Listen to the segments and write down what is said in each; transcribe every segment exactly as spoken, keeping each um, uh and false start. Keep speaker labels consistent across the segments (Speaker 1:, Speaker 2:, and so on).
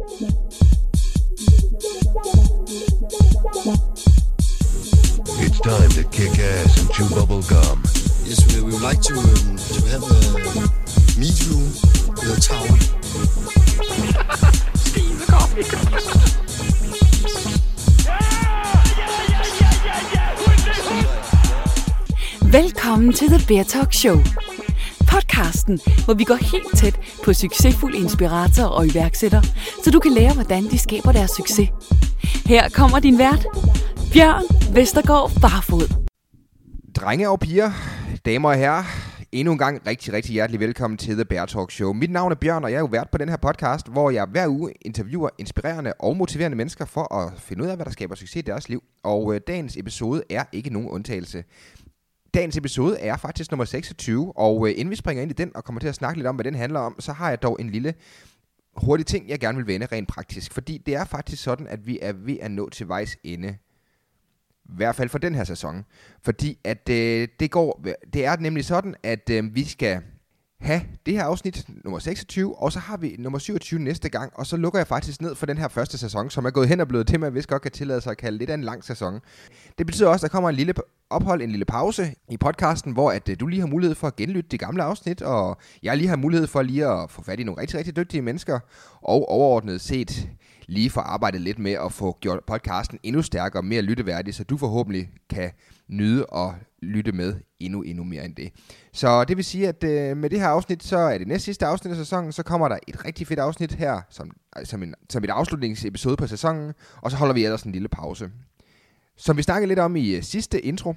Speaker 1: It's time to kick ass and chew bubble gum.
Speaker 2: Yes, we, we would like to, um, to have a meet you in the tower.
Speaker 3: Steve, kom! Velkommen til The Bear Talk Show. Podcasten, hvor vi går helt tæt på succesfulde inspiratorer og iværksættere, så du kan lære, hvordan de skaber deres succes. Her kommer din vært, Bjørn Vestergaard Barfod.
Speaker 4: Drenge og piger, damer og herrer, endnu en gang rigtig, rigtig hjertelig velkommen til The Bear Talk Show. Mit navn er Bjørn, og jeg er jo vært på den her podcast, hvor jeg hver uge interviewer inspirerende og motiverende mennesker for at finde ud af, hvad der skaber succes i deres liv. Og øh, dagens episode er ikke nogen undtagelse. Dagens episode er faktisk nummer seksogtyve, og øh, inden vi springer ind i den og kommer til at snakke lidt om, hvad den handler om, så har jeg dog en lille hurtig ting, jeg gerne vil vende rent praktisk. Fordi det er faktisk sådan, at vi er ved at nå til vejs ende. I hvert fald for den her sæson. Fordi at øh, det går, det er nemlig sådan, at øh, vi skal have det her afsnit, nummer seksogtyve, og så har vi nummer syvogtyve næste gang, og så lukker jeg faktisk ned for den her første sæson, som er gået hen og blevet til, man vist godt kan tillade sig at kalde lidt af en lang sæson. Det betyder også, at der kommer en lille ophold, en lille pause i podcasten, hvor at øh, du lige har mulighed for at genlytte de gamle afsnit, og jeg lige har mulighed for lige at få fat i nogle rigtig, rigtig dygtige mennesker, og overordnet set lige få arbejdet lidt med at få gjort podcasten endnu stærkere og mere lytteværdig, så du forhåbentlig kan nyde og lytte med endnu, endnu mere end det. Så det vil sige, at øh, med det her afsnit, så er det næste sidste afsnit af sæsonen, så kommer der et rigtig fedt afsnit her, som, som, en, som et afslutningsepisode på sæsonen, og så holder vi ellers en lille pause. Som vi snakkede lidt om i øh, sidste intro,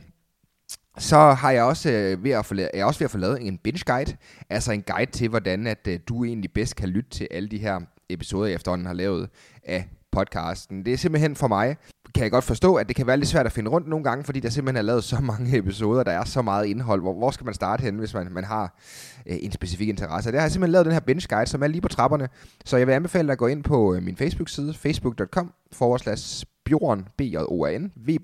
Speaker 4: så har jeg også, øh, ved at få, jeg er også ved at få lavet en binge guide, altså en guide til, hvordan at, øh, du egentlig bedst kan lytte til alle de her episoder, jeg efterhånden har lavet af podcasten. Det er simpelthen for mig, kan jeg godt forstå, at det kan være lidt svært at finde rundt nogle gange, fordi der simpelthen er lavet så mange episoder, der er så meget indhold. Hvor, hvor skal man starte henne, hvis man, man har øh, en specifik interesse? Der har jeg simpelthen lavet den her binge guide, som er lige på trapperne. Så jeg vil anbefale dig at gå ind på øh, min Facebook-side, facebook punktum com forward slash Bjorn, B J O R N, V B,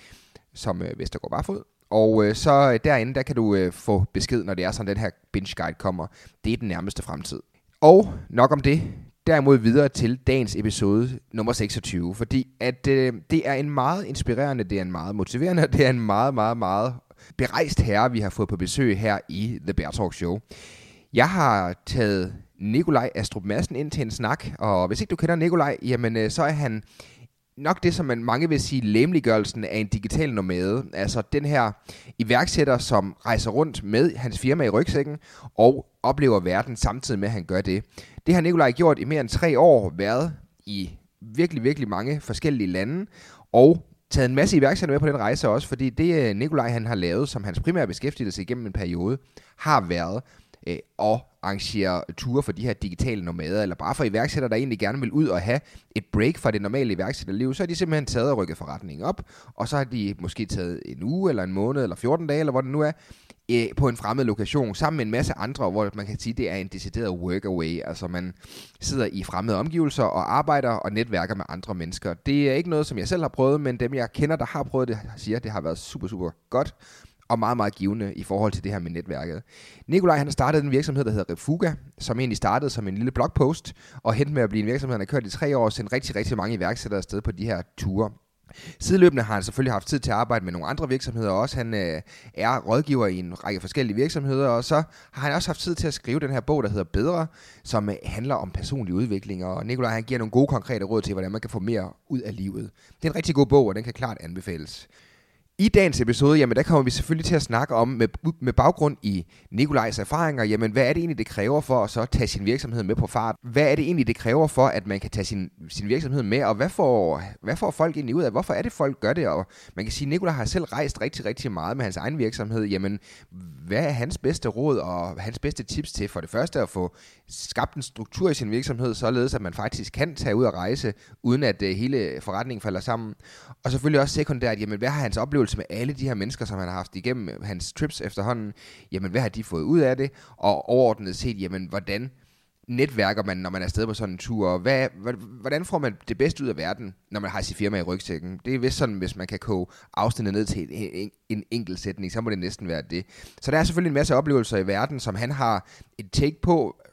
Speaker 4: som øh, Vestergaard Barfod. Og øh, så øh, derinde, der kan du øh, få besked, når det er sådan, den her binge guide kommer. Det er den nærmeste fremtid. Og nok om det. Derimod videre til dagens episode nummer seksogtyve, fordi at øh, det er en meget inspirerende, det er en meget motiverende, det er en meget, meget, meget berejst herre, vi har fået på besøg her i The Bear Talk Show. Jeg har taget Nikolaj Astrup Madsen ind til en snak, og hvis ikke du kender Nikolaj, jamen øh, så er han nok det, som man mange vil sige, læmeliggørelsen af en digital nomade. Altså den her iværksætter, som rejser rundt med hans firma i rygsækken og oplever verden samtidig med, at han gør det. Det har Nikolaj gjort i mere end tre år, været i virkelig, virkelig mange forskellige lande, og taget en masse iværksætter med på den rejse også, fordi det Nikolaj han har lavet, som hans primære beskæftigelse igennem en periode, har været øh, at arrangere ture for de her digitale nomader, eller bare for iværksættere, der egentlig gerne vil ud og have et break fra det normale iværksætterliv, så har de simpelthen taget og rykket forretningen op, og så har de måske taget en uge, eller en måned, eller fjorten dage, eller hvor det nu er, øh, på en fremmed lokation, sammen med en masse andre, hvor man kan sige, det er en decideret workaway, altså man sidder i fremmede omgivelser og arbejder og netværker med andre mennesker. Det er ikke noget, som jeg selv har prøvet, men dem jeg kender, der har prøvet det, siger, at det har været super, super godt, og meget, meget givende i forhold til det her med netværket. Nikolaj han har startet en virksomhed, der hedder Refuga, som egentlig startede som en lille blogpost, og hentede med at blive en virksomhed, han har kørt i tre år, og sendt rigtig, rigtig mange iværksættere afsted på de her ture. Sideløbende har han selvfølgelig haft tid til at arbejde med nogle andre virksomheder også. Han øh, er rådgiver i en række forskellige virksomheder, og så har han også haft tid til at skrive den her bog, der hedder Bedre, som øh, handler om personlig udvikling. Og Nikolaj han giver nogle gode konkrete råd til, hvordan man kan få mere ud af livet. Det er en rigtig god bog, og den kan klart anbefales. I dagens episode, jamen der kommer vi selvfølgelig til at snakke om, med, med baggrund i Nikolajs erfaringer, jamen hvad er det egentlig, det kræver for at så tage sin virksomhed med på fart? Hvad er det egentlig, det kræver for, at man kan tage sin, sin virksomhed med, og hvad får, hvad får folk egentlig ud af? Hvorfor er det, folk gør det? Og man kan sige, at Nikolaj har selv rejst rigtig, rigtig meget med hans egen virksomhed. Jamen, hvad er hans bedste råd og hans bedste tips til? For det første at få skabt en struktur i sin virksomhed, således at man faktisk kan tage ud og rejse, uden at uh, hele forretningen falder sammen. Og selvfølgelig også sekundært, jamen hvad har hans oplevelse med alle de her mennesker, som han har haft igennem hans trips efterhånden, jamen hvad har de fået ud af det, og overordnet set, jamen hvordan netværker man, når man er afsted på sådan en tur, og hvad, hvordan får man det bedste ud af verden, når man har sit firma i rygsækken? Det er vist sådan, hvis man kan koge afstanden ned til en, en, en enkelt sætning, så må det næsten være det. Så der er selvfølgelig en masse oplevelser i verden, som han har et take på,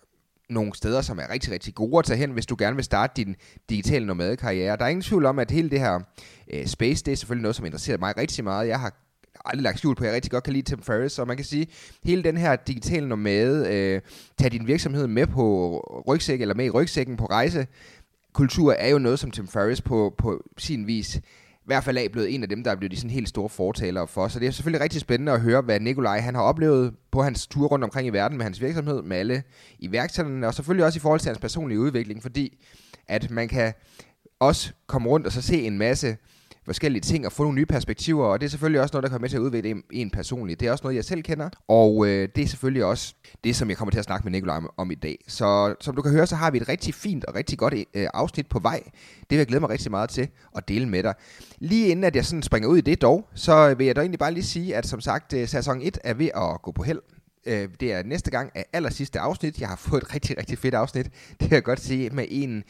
Speaker 4: nogle steder, som er rigtig, rigtig gode at tage hen, hvis du gerne vil starte din digitale nomadekarriere. Der er ingen tvivl om, at hele det her øh, space, det er selvfølgelig noget, som interesserer mig rigtig meget. Jeg har aldrig lagt skjul på, at jeg rigtig godt kan lide Tim Ferriss, og man kan sige, hele den her digitale nomade, øh, tage din virksomhed med på rygsæk, eller med i rygsækken på rejsekultur, er jo noget, som Tim Ferriss på, på sin vis i hvert fald er blevet en af dem, der er blevet de sådan helt store fortalere for. Så det er selvfølgelig rigtig spændende at høre, hvad Nikolaj han har oplevet på hans tur rundt omkring i verden med hans virksomhed, med alle iværksætterne, og selvfølgelig også i forhold til hans personlige udvikling, fordi at man kan også komme rundt og så se en masse forskellige ting og få nogle nye perspektiver, og det er selvfølgelig også noget, der kommer med til at udvikle en, en personligt. Det er også noget, jeg selv kender, og øh, det er selvfølgelig også det, som jeg kommer til at snakke med Nikolaj om, om i dag. Så som du kan høre, så har vi et rigtig fint og rigtig godt øh, afsnit på vej. Det vil jeg glæde mig rigtig meget til at dele med dig. Lige inden at jeg sådan springer ud i det dog, så vil jeg da egentlig bare lige sige, at som sagt, øh, sæson et er ved at gå på held. Øh, det er næste gang af aller sidste afsnit. Jeg har fået et rigtig, rigtig fedt afsnit. Det kan jeg godt sige med en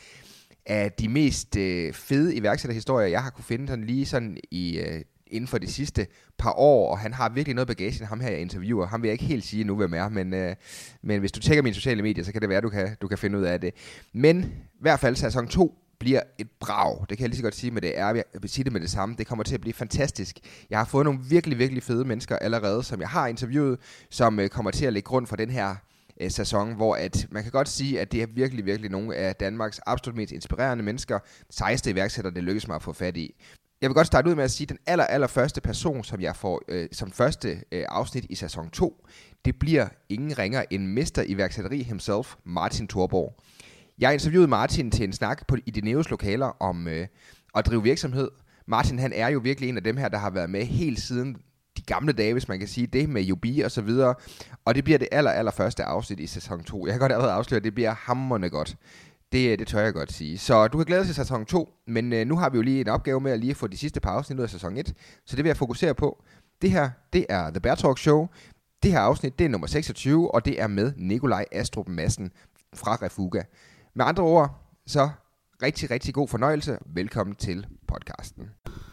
Speaker 4: af de mest øh, fede iværksætterhistorier, jeg har kunne finde sådan lige sådan i, øh, inden for de sidste par år, og han har virkelig noget bagage, ham her jeg interviewer. Ham vil jeg ikke helt sige nu, hvem er, men, øh, men hvis du tjekker mine sociale medier, så kan det være, du kan, du kan finde ud af det. Men i hvert fald sæson to bliver et brag. Det kan jeg lige så godt sige med det er. Jeg vil sige det med det samme. Det kommer til at blive fantastisk. Jeg har fået nogle virkelig, virkelig fede mennesker allerede, som jeg har interviewet, som øh, kommer til at lægge grund for den her sæson, hvor at man kan godt sige, at det er virkelig, virkelig nogle af Danmarks absolut mest inspirerende mennesker, sejeste iværksættere, det lykkes mig at få fat i. Jeg vil godt starte ud med at sige, at den aller, aller første person, som jeg får øh, som første øh, afsnit i sæson to, det bliver ingen ringer end mester iværksætteri himself, Martin Thorborg. Jeg interviewede Martin til en snak på, i Dineos lokaler om øh, at drive virksomhed. Martin, han er jo virkelig en af dem her, der har været med helt siden de gamle dage, hvis man kan sige det, med Jubi og så videre. Og det bliver det aller, aller første afsnit i sæson to. Jeg kan godt allerede afsløre, at det bliver hamrende godt. Det, det tør jeg godt sige. Så du kan glæde dig til sæson to, men øh, nu har vi jo lige en opgave med at lige få de sidste par afsnit ud af sæson et. Så det vil jeg fokusere på. Det her, det er The Bear Talk Show. Det her afsnit, det er nummer seksogtyve, og det er med Nikolaj Astrup Madsen fra Refuga. Med andre ord, så rigtig, rigtig god fornøjelse. Velkommen til podcasten.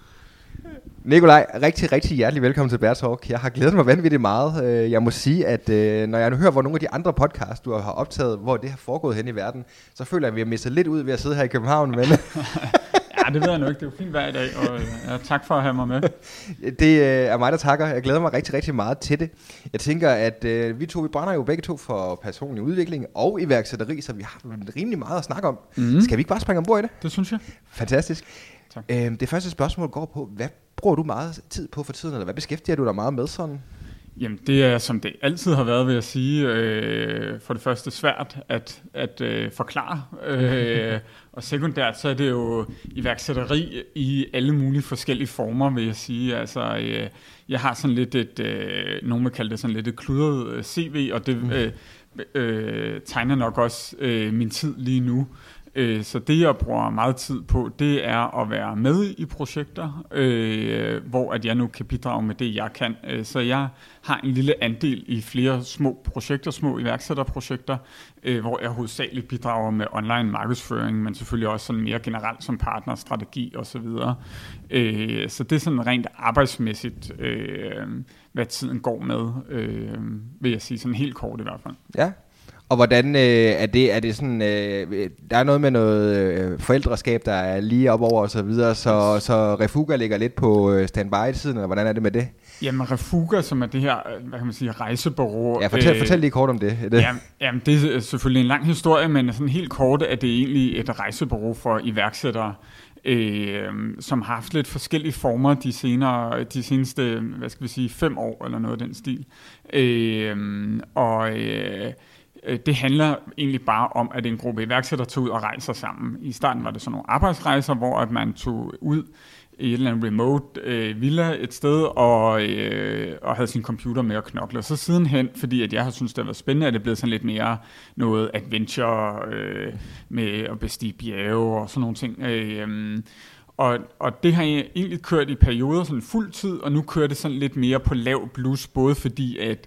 Speaker 4: Nikolaj, rigtig, rigtig hjertelig velkommen til Bear Talk. Jeg har glædet mig vanvittigt meget. Jeg må sige, at når jeg nu hører, hvor nogle af de andre podcasts, du har optaget, hvor det har foregået hen i verden, så føler jeg, at vi har mistet lidt ud ved at sidde her i København. Men
Speaker 5: ja, det ved jeg nu ikke. Det er jo fint hver dag, og ja, tak for at have mig med.
Speaker 4: Det er mig, der takker. Jeg glæder mig rigtig, rigtig meget til det. Jeg tænker, at øh, vi to, vi brænder jo begge to for personlig udvikling og iværksætteri, så vi har rimelig meget at snakke om. Mm. Skal vi ikke bare springe ombord i det?
Speaker 5: Det synes jeg.
Speaker 4: Fantastisk. Øhm, det første spørgsmål går på, hvad bruger du meget tid på for tiden, eller hvad beskæftiger du dig meget med sådan?
Speaker 5: Jamen det er, som det altid har været, vil jeg sige, øh, for det første svært at, at øh, forklare, øh, og sekundært så er det jo iværksætteri i alle mulige forskellige former, vil jeg sige. Altså øh, jeg har sådan lidt et, øh, nogen vil kalde det sådan lidt et kludret C V, og det øh, øh, tegner nok også øh, min tid lige nu. Så det, jeg bruger meget tid på, det er at være med i projekter, øh, hvor at jeg nu kan bidrage med det, jeg kan. Så jeg har en lille andel i flere små projekter, små iværksætterprojekter, øh, hvor jeg hovedsageligt bidrager med online markedsføring, men selvfølgelig også sådan mere generelt som partner, strategi osv. Øh, så det er sådan rent arbejdsmæssigt, øh, hvad tiden går med, øh, vil jeg sige, sådan helt kort i hvert fald.
Speaker 4: Ja. Og hvordan øh, er det, er det sådan, øh, der er noget med noget øh, forældreskab, der er lige op over og så videre, så, så Refuga ligger lidt på øh, standby-tiden, eller hvordan er det med det?
Speaker 5: Jamen Refuga, som er det her, hvad kan man sige, rejsebureau.
Speaker 4: Ja, fortæl, øh, fortæl lige kort om det. det.
Speaker 5: Jamen, jamen, det er selvfølgelig en lang historie, men sådan helt kort er det egentlig et rejsebureau for iværksættere, øh, som har haft lidt forskellige former de, senere, de seneste, hvad skal vi sige, fem år, eller noget af den stil. Øh, og... Øh, Det handler egentlig bare om, at en gruppe iværksættere tog ud og rejser sammen. I starten var det sådan nogle arbejdsrejser, hvor at man tog ud i et eller andet remote øh, villa et sted og, øh, og havde sin computer med at knokle. Og så sidenhen, fordi at jeg har syntes, det var spændende, at det blev sådan lidt mere noget adventure øh, med at bestige bjerge og sådan nogle ting. Øh, Og, og det har jeg egentlig kørt i perioder sådan fuld tid, og nu kører det sådan lidt mere på lav blus, både fordi at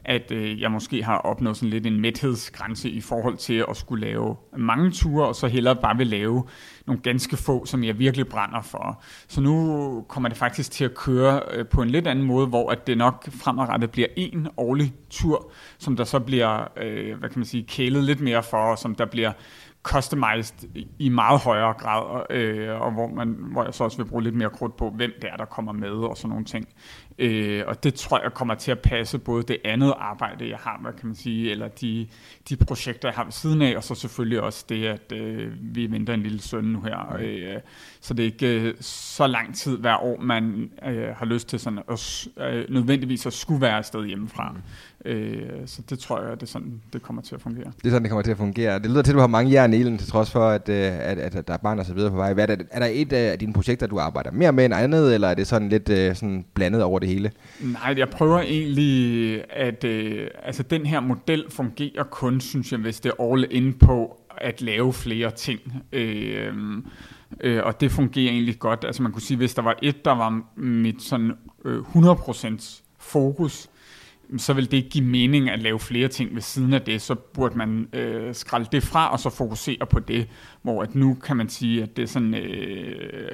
Speaker 5: at øh, jeg måske har opnået sådan lidt en mæthedsgrænse i forhold til at skulle lave mange ture, og så hellere bare vil lave nogle ganske få, som jeg virkelig brænder for. Så nu kommer det faktisk til at køre øh, på en lidt anden måde, hvor at det nok fremadrettet bliver en årlig tur, som der så bliver, øh, hvad kan man sige, kælet lidt mere for, og som der bliver customized i meget højere grad, øh, og hvor, man, hvor jeg så også vil bruge lidt mere krudt på, hvem det er, der kommer med, og sådan nogle ting. Øh, og det tror jeg kommer til at passe både det andet arbejde, jeg har, hvad kan man sige, eller de, de projekter, jeg har ved siden af, og så selvfølgelig også det, at øh, vi venter en lille søn nu her. Øh, så det er ikke øh, så lang tid hver år, man øh, har lyst til sådan at, øh, nødvendigvis at skulle være afsted hjemmefra. Øh, så det tror jeg, det er sådan, det kommer til at fungere.
Speaker 4: Det er sådan, det kommer til at fungere. Det lyder til, at du har mange jern i ilden, til trods for, at, at, at der er barn og så videre på vej. Hvad er, der, er der et af dine projekter, du arbejder mere med end andet, eller er det sådan lidt sådan blandet over det hele?
Speaker 5: Nej, jeg prøver egentlig, at øh, altså, den her model fungerer kun, synes jeg, hvis det er all in på at lave flere ting. Øh, øh, og det fungerer egentlig godt. Altså man kunne sige, hvis der var et, der var mit sådan øh, hundrede procent fokus, så vil det ikke give mening at lave flere ting ved siden af det, så burde man øh, skralde det fra, og så fokusere på det, hvor at nu kan man sige, at det er sådan øh,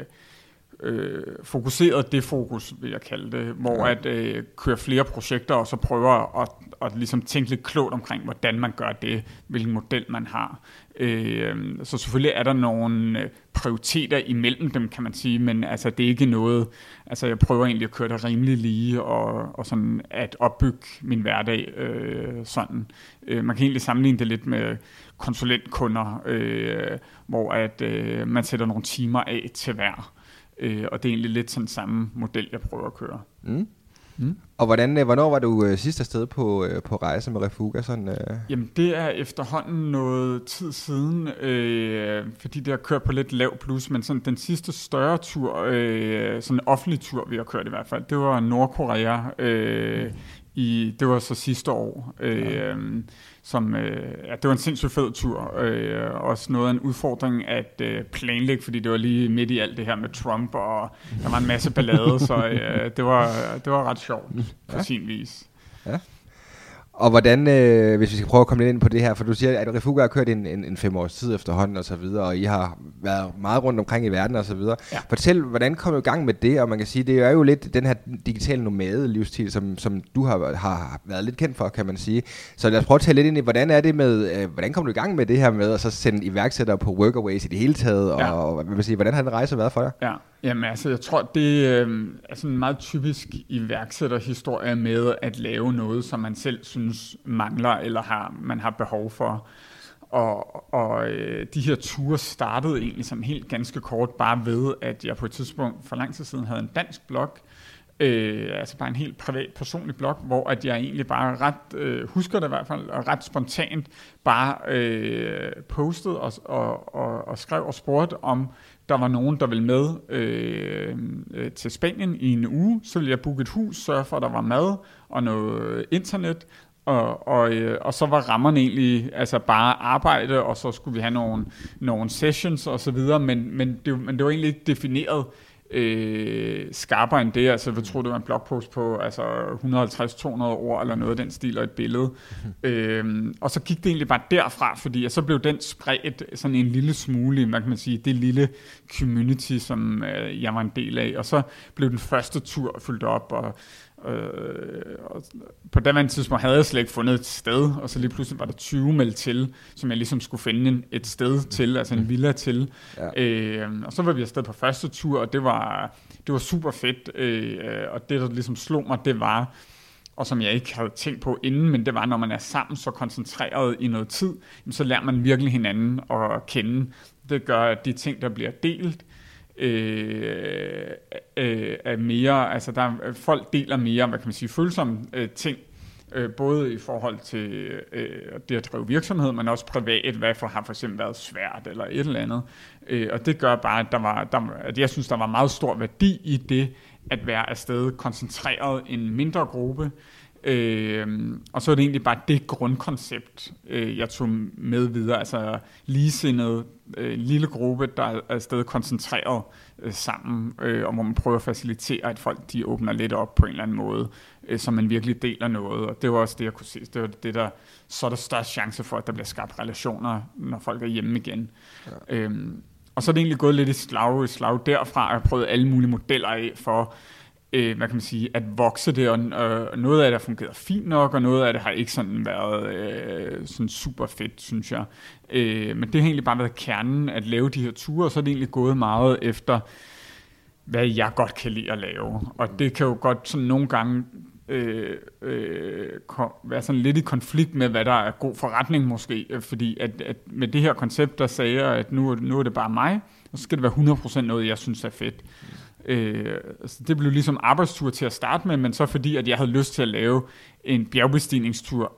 Speaker 5: øh, fokuseret defokus, vil jeg kalde det, hvor at øh, køre flere projekter, og så prøver at, at ligesom tænke lidt klogt omkring, hvordan man gør det, hvilken model man har. Øh, så selvfølgelig er der nogle prioriteter imellem dem, kan man sige, men altså det er ikke noget, altså jeg prøver egentlig at køre det rimelig lige, og, og sådan at opbygge min hverdag øh, sådan. Øh, man kan egentlig sammenligne det lidt med konsulentkunder, øh, hvor at øh, man sætter nogle timer af til hver, øh, og det er egentlig lidt sådan samme model, jeg prøver at køre. Mm.
Speaker 4: Mm. Og hvordan, hvornår var du øh, sidst afsted på, øh, på rejse med Refuga? Sådan, øh?
Speaker 5: Jamen det er efterhånden noget tid siden, øh, fordi det har kørt på lidt lav plus, men sådan den sidste større tur, øh, sådan en offentlig tur, vi har kørt i hvert fald, det var Nordkorea. Øh, mm. I, det var så sidste år, øh, ja. som, øh, ja, det var en sindssygt fed tur, øh, også noget af en udfordring at øh, planlægge, fordi det var lige midt i alt det her med Trump, og der var en masse ballade, så øh, det, var, det var ret sjovt på ja. sin vis.
Speaker 4: Ja. Og hvordan, øh, hvis vi skal prøve at komme lidt ind på det her, for du siger, at Refuga har kørt en, en, en fem års tid efterhånden og så videre, og I har været meget rundt omkring i verden og så videre. Ja. Fortæl, hvordan kom du i gang med det, og man kan sige, det er jo lidt den her digitale nomade livsstil, som, som du har, har været lidt kendt for, kan man sige. Så lad os prøve at tale lidt ind i, hvordan er det med, øh, hvordan kom du i gang med det her med at så sende iværksættere på Workaways i det hele taget, og, ja. og hvad man sige, hvordan har den rejse været for dig?
Speaker 5: Ja. Jamen altså, jeg tror, det øh, er sådan en meget typisk iværksætterhistorie med at lave noget, som man selv synes mangler, eller har, man har behov for. Og, og øh, de her ture startede egentlig som helt ganske kort, bare ved, at jeg på et tidspunkt for lang tid siden havde en dansk blog, øh, altså bare en helt privat, personlig blog, hvor at jeg egentlig bare ret, øh, husker det i hvert fald, og ret spontant bare øh, postede og, og, og, og skrev og spurgte om, der var nogen, der ville med øh, øh, til Spanien i en uge, så ville jeg booke et hus, sørge for, at der var mad og noget internet, og, og, øh, og så var rammerne egentlig altså bare arbejde, og så skulle vi have nogle, nogle sessions og så videre, men, men, det, men det var egentlig ikke defineret øh, skarpere end det. Altså jeg tror, det var en blogpost på altså et hundrede og halvtreds til to hundrede ord, eller noget af den stil, og et billede. Mm-hmm. Øh, og så gik det egentlig bare derfra, fordi så blev den spredt sådan en lille smule, man kan man sige, det lille community, som øh, jeg var en del af. Og så blev den første tur fulgt op, og Øh, og på daværende tidspunkt havde jeg slet ikke fundet et sted, og så lige pludselig var der tyve meldt til, som jeg ligesom skulle finde et sted til, altså en villa til. Ja. Øh, og så var vi afsted på første tur, og det var, det var super fedt, øh, og det der ligesom slog mig, det var, og som jeg ikke havde tænkt på inden, men det var, når man er sammen så koncentreret i noget tid, så lærer man virkelig hinanden at kende. Det gør, at de ting, der bliver delt, Øh, øh, er mere, altså der er, folk deler mere, hvad kan man sige, følsomme øh, ting, øh, både i forhold til øh, det at drive virksomhed, men også privat, hvad for har for eksempel været svært eller et eller andet, øh, og det gør bare, at, der var, der, at jeg synes, der var meget stor værdi i det, at være afsted koncentreret en mindre gruppe, Øh, og så er det egentlig bare det grundkoncept, øh, jeg tog med videre, altså ligesindede øh, lille gruppe, der er afsted koncentreret øh, sammen, øh, og hvor man prøver at facilitere, at folk de åbner lidt op på en eller anden måde, øh, så man virkelig deler noget, og det var også det, jeg kunne se. Det var det, der, så er der størst chance for, at der bliver skabt relationer, når folk er hjemme igen. Ja. Øh, og så er det egentlig gået lidt i slag, i slag derfra, og jeg har prøvet alle mulige modeller af for, Øh, hvad kan man sige, at vokse det, og øh, noget af det har fungeret fint nok, og noget af det har ikke sådan været øh, sådan super fedt, synes jeg. Øh, men det har egentlig bare været kernen at lave de her ture, og så er det egentlig gået meget efter, hvad jeg godt kan lide at lave. Og det kan jo godt sådan nogle gange øh, øh, kom, være sådan lidt i konflikt med, hvad der er god forretning måske, fordi at, at med det her koncept, der sagde jeg, at nu, nu er det bare mig, og så skal det være hundrede procent noget, jeg synes er fedt. Øh, så det blev ligesom arbejdstur til at starte med, men så fordi, at jeg havde lyst til at lave en bjergbestigningstur,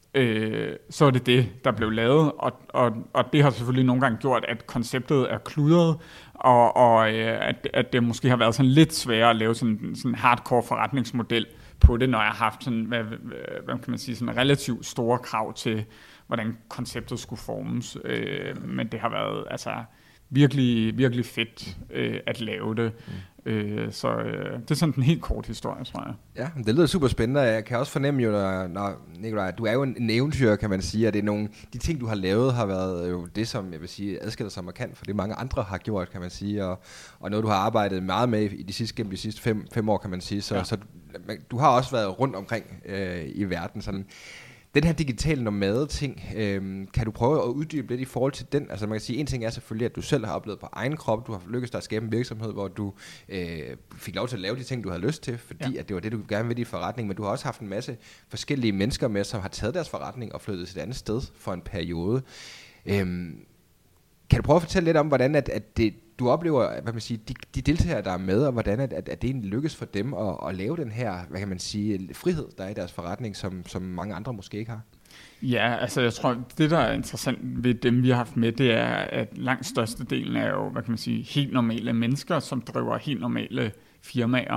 Speaker 5: øh, så er det det, der blev lavet, og, og, og det har selvfølgelig nogle gange gjort, at konceptet er kludret, og, og øh, at, at det måske har været sådan lidt sværere at lave sådan en hardcore forretningsmodel på det, når jeg har haft sådan, hvad, hvad kan man sige, sådan relativt store krav til, hvordan konceptet skulle formes, øh, men det har været altså virkelig, virkelig fedt øh, at lave det. Mm. Øh, så øh, det er sådan en helt kort historie, tror jeg.
Speaker 4: Ja, det lyder super spændende. Jeg kan også fornemme jo, når, når Nikolaj, du er jo en, en eventyr, kan man sige, at det er nogle, de ting, du har lavet, har været jo det, som jeg vil sige, adskiller sig markant for det, mange andre har gjort, kan man sige, og, og noget, du har arbejdet meget med i de sidste, gennem de sidste fem, fem år, kan man sige. Så, ja. så du har også været rundt omkring øh, i verden, sådan. Den her digitale nomade-ting, øh, kan du prøve at uddybe lidt i forhold til den? Altså man kan sige, en ting er selvfølgelig, at du selv har oplevet på egen krop, du har lykkes dig at skabe en virksomhed, hvor du øh, fik lov til at lave de ting, du havde lyst til, fordi ja. at det var det, du gerne ville i forretning, men du har også haft en masse forskellige mennesker med, som har taget deres forretning og flyttet til et andet sted for en periode. Øh, kan du prøve at fortælle lidt om, hvordan at, at det, du oplever, hvad man siger, de, de deltagere, der er med, og hvordan at, at, at det egentlig lykkes for dem at, at lave den her, hvad kan man sige, frihed, der er i deres forretning, som, som mange andre måske ikke har?
Speaker 5: Ja, altså jeg tror, det der er interessant ved dem, vi har haft med, det er, at langt størstedelen er jo, hvad kan man sige, helt normale mennesker, som driver helt normale firmaer.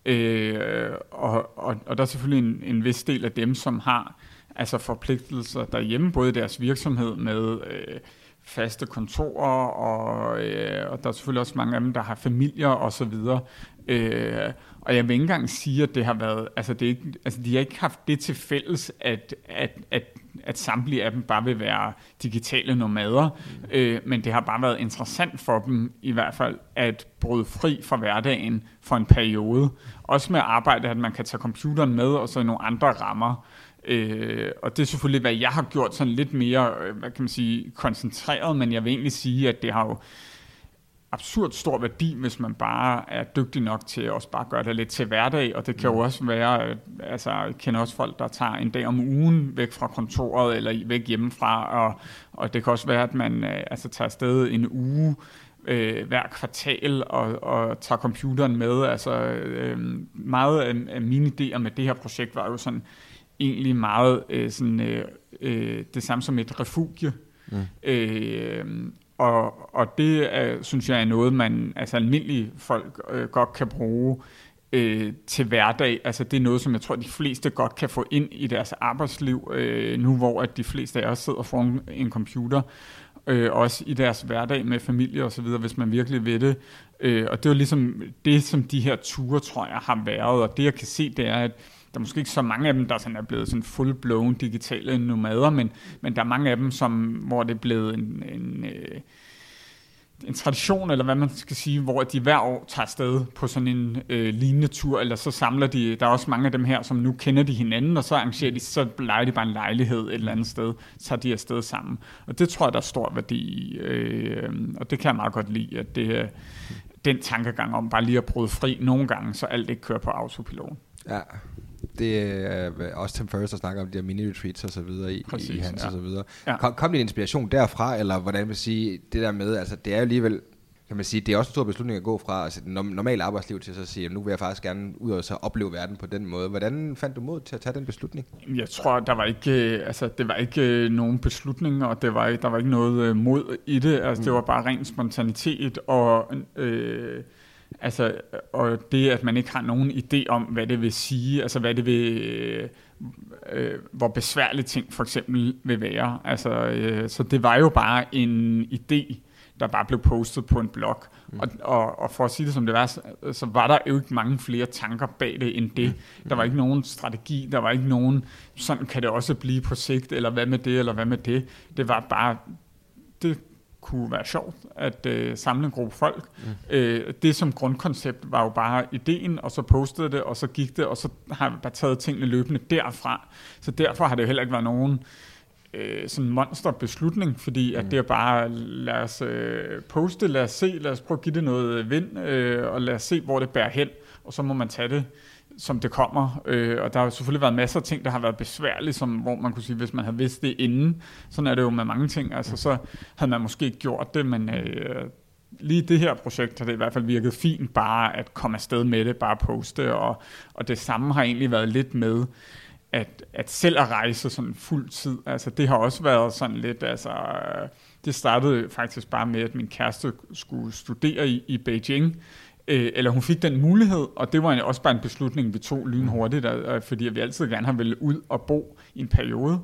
Speaker 5: Øh, og, og, og der er selvfølgelig en, en vis del af dem, som har altså forpligtelser derhjemme, både i deres virksomhed med øh, faste kontorer, og, øh, og der er selvfølgelig også mange af dem, der har familier og så videre. Øh, og jeg vil ikke engang sige, at det har været, altså, det er ikke, altså de har ikke haft det til fælles, at, at, at, at samtlige af dem bare vil være digitale nomader, mm. øh, men det har bare været interessant for dem i hvert fald at bryde fri fra hverdagen for en periode. Også med at arbejde, at man kan tage computeren med, og så i nogle andre rammer. Øh, og det er selvfølgelig, hvad jeg har gjort sådan lidt mere, hvad kan man sige, koncentreret, men jeg vil egentlig sige, at det har jo absurd stor værdi, hvis man bare er dygtig nok til at også bare gøre det lidt til hverdag, og det kan jo også være, altså jeg kender også folk, der tager en dag om ugen væk fra kontoret, eller væk hjemmefra, og, og det kan også være, at man altså tager afsted en uge, Øh, hver kvartal og, og tager computeren med. Altså øh, meget af, af mine idéer med det her projekt var jo sådan egentlig meget øh, sådan, øh, øh, det samme som et refugie. Mm. Øh, og, og det er, synes jeg er noget, man, altså almindelige folk øh, godt kan bruge øh, til hverdag. Altså det er noget, som jeg tror, de fleste godt kan få ind i deres arbejdsliv, øh, nu hvor at de fleste af os sidder foran en computer. Øh, også i deres hverdag med familie og så videre, hvis man virkelig vil det. Øh, og det er jo ligesom det, som de her ture, tror jeg, har været. Og det, jeg kan se, det er, at der er måske ikke så mange af dem, der sådan er blevet sådan full-blown digitale nomader, men, men der er mange af dem, som, hvor det er blevet en, en, øh, en tradition, eller hvad man skal sige, hvor de hver år tager afsted på sådan en øh, lignende tur, eller så samler de, der er også mange af dem her, som nu kender de hinanden, og så arrangerer de, så leger de bare en lejlighed et eller andet sted, så tager de afsted sammen. Og det tror jeg, der er stor værdi i, øh, og det kan jeg meget godt lide, at det, den tankegang om bare lige at bryde fri nogle gange, så alt ikke kører på autopilot.
Speaker 4: Ja, det er også Tim Ferriss, der snakker om de her mini-retreats og så videre i, Præcis, i hans ja. og så videre. Ja. Kom, kom din inspiration derfra, eller hvordan vil sige det der med, altså det er jo alligevel, kan man sige, det er også en stor beslutning at gå fra altså, det normale arbejdsliv til så at sige, nu vil jeg faktisk gerne ud og så opleve verden på den måde. Hvordan fandt du mod til at tage den beslutning? Jeg
Speaker 5: tror, der var ikke, altså det var ikke nogen beslutning, og det var, der var ikke noget mod i det. Altså mm. det var bare ren spontanitet og øh, altså, og det, at man ikke har nogen idé om, hvad det vil sige, altså hvad det vil, øh, hvor besværlige ting for eksempel vil være. Altså, øh, så det var jo bare en idé, der bare blev postet på en blog. Mm. Og, og, og for at sige det som det var, så, så var der jo ikke mange flere tanker bag det end det. Mm. Der var ikke nogen strategi, der var ikke nogen, sådan kan det også blive på sigt, eller hvad med det, eller hvad med det. Det var bare, det kunne være sjovt at øh, samle en gruppe folk. Mm. Øh, det som grundkoncept var jo bare ideen, og så postede det, og så gik det, og så har vi bare taget tingene løbende derfra. Så derfor har det jo heller ikke været nogen øh, sådan monsterbeslutning, fordi at mm. det er bare, lad os øh, poste, lad os se, lad os prøve at give det noget vind, øh, og lad os se, hvor det bærer hen, og så må man tage det, som det kommer. Øh, og der har jo selvfølgelig været masser af ting, der har været besværlige, som, hvor man kunne sige, hvis man havde vidst det inden, sådan er det jo med mange ting, altså så havde man måske ikke gjort det, men øh, lige det her projekt har det i hvert fald virket fint, bare at komme afsted med det, bare poste, og, og det samme har egentlig været lidt med, at, at selv at rejse sådan fuld tid, altså det har også været sådan lidt, altså det startede faktisk bare med, at min kæreste skulle studere i, i Beijing, øh, eller hun fik den mulighed, og det var også bare en beslutning, vi tog lynhurtigt, øh, fordi vi altid gerne har ville ud og bo i en periode,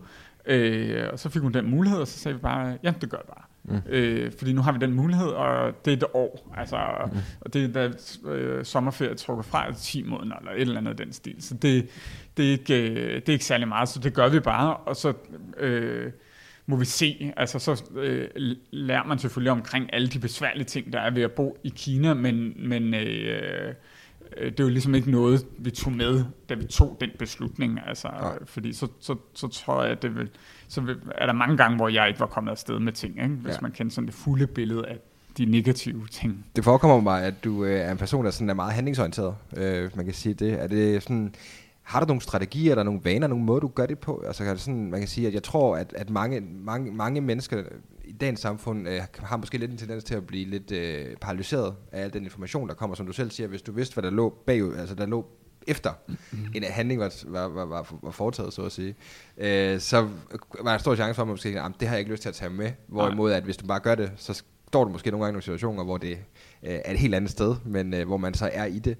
Speaker 5: øh, og så fik hun den mulighed, og så sagde vi bare, ja, det gør jeg bare. Mm. Øh, fordi nu har vi den mulighed, og det er et år, altså, mm. og det er da øh, sommerferie trukket fra ti måneder, eller et eller andet af den stil, så det, det, er ikke, det er ikke særlig meget, så det gør vi bare, og så øh, må vi se, altså så øh, lærer man selvfølgelig omkring alle de besværlige ting, der er ved at bo i Kina, men, men øh, det er jo ligesom ikke noget, vi tog med, da vi tog den beslutning, altså, ja. Fordi så, så, så tror jeg, at det vil, så vil, er der mange gange, hvor jeg ikke var kommet afsted med ting, ikke? Hvis ja. Man kender sådan det fulde billede af de negative ting.
Speaker 4: Det forekommer mig, at du øh, er en person, der sådan er meget handlingsorienteret, øh, man kan sige det. Er det sådan, har du nogle strategier, eller nogle vaner, nogle måder, du gør det på? Altså, er det sådan, man kan sige, at jeg tror, at, at mange, mange, mange mennesker i dagens samfund øh, har måske lidt en tendens til at blive lidt øh, paralyseret af al den information, der kommer, som du selv siger, hvis du vidste, hvad der lå bagud, altså der lå efter mm-hmm. en handling var, var, var, var, var foretaget, så at sige, øh, så var der en stor chance for, at man måske siger, det har jeg ikke lyst til at tage med, hvorimod at hvis du bare gør det, så står du måske nogle gange i nogle situationer, hvor det øh, er et helt andet sted, men øh, hvor man så er i det.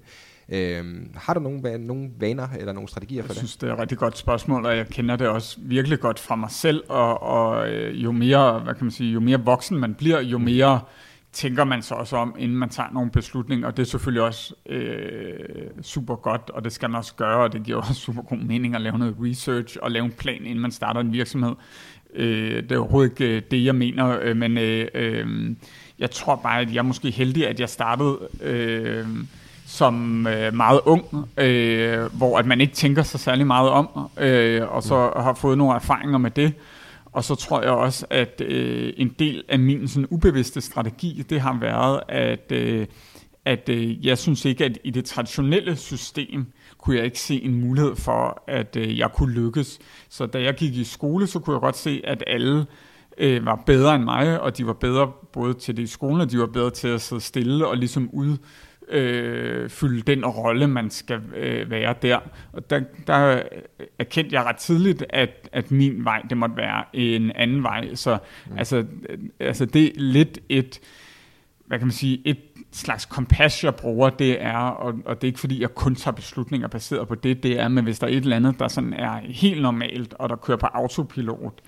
Speaker 4: Øhm, har du nogle, nogle vaner eller nogle strategier for det?
Speaker 5: Jeg synes, det er et rigtig godt spørgsmål, og jeg kender det også virkelig godt fra mig selv, og, og øh, jo mere, hvad kan man sige, jo mere voksen man bliver, jo mere tænker man så også om, inden man tager nogle beslutninger, og det er selvfølgelig også øh, super godt, og det skal man også gøre, og det giver også super god mening at lave noget research og lave en plan, inden man starter en virksomhed. Øh, det er overhovedet ikke det, jeg mener, øh, men øh, øh, jeg tror bare, at jeg er måske heldig, at jeg startede øh, som øh, meget ung, øh, hvor at man ikke tænker så særlig meget om, øh, og så har fået nogle erfaringer med det. Og så tror jeg også, at øh, en del af min sådan ubevidste strategi, det har været, at, øh, at øh, jeg synes ikke, at i det traditionelle system, kunne jeg ikke se en mulighed for, at øh, jeg kunne lykkes. Så da jeg gik i skole, så kunne jeg godt se, at alle øh, var bedre end mig, og de var bedre både til det i skolen, og de var bedre til at sidde stille og ligesom ud, Øh, fylde den rolle, man skal øh, være der. Og der, der erkendte jeg ret tidligt, at, at min vej, det måtte være en anden vej. Så mm. altså, altså det er lidt et, hvad kan man sige, et slags kompas, jeg bruger, det er, og, og det er ikke fordi, jeg kun tager beslutninger baseret på det, det er, men hvis der er et eller andet, der sådan er helt normalt, og der kører på autopilot,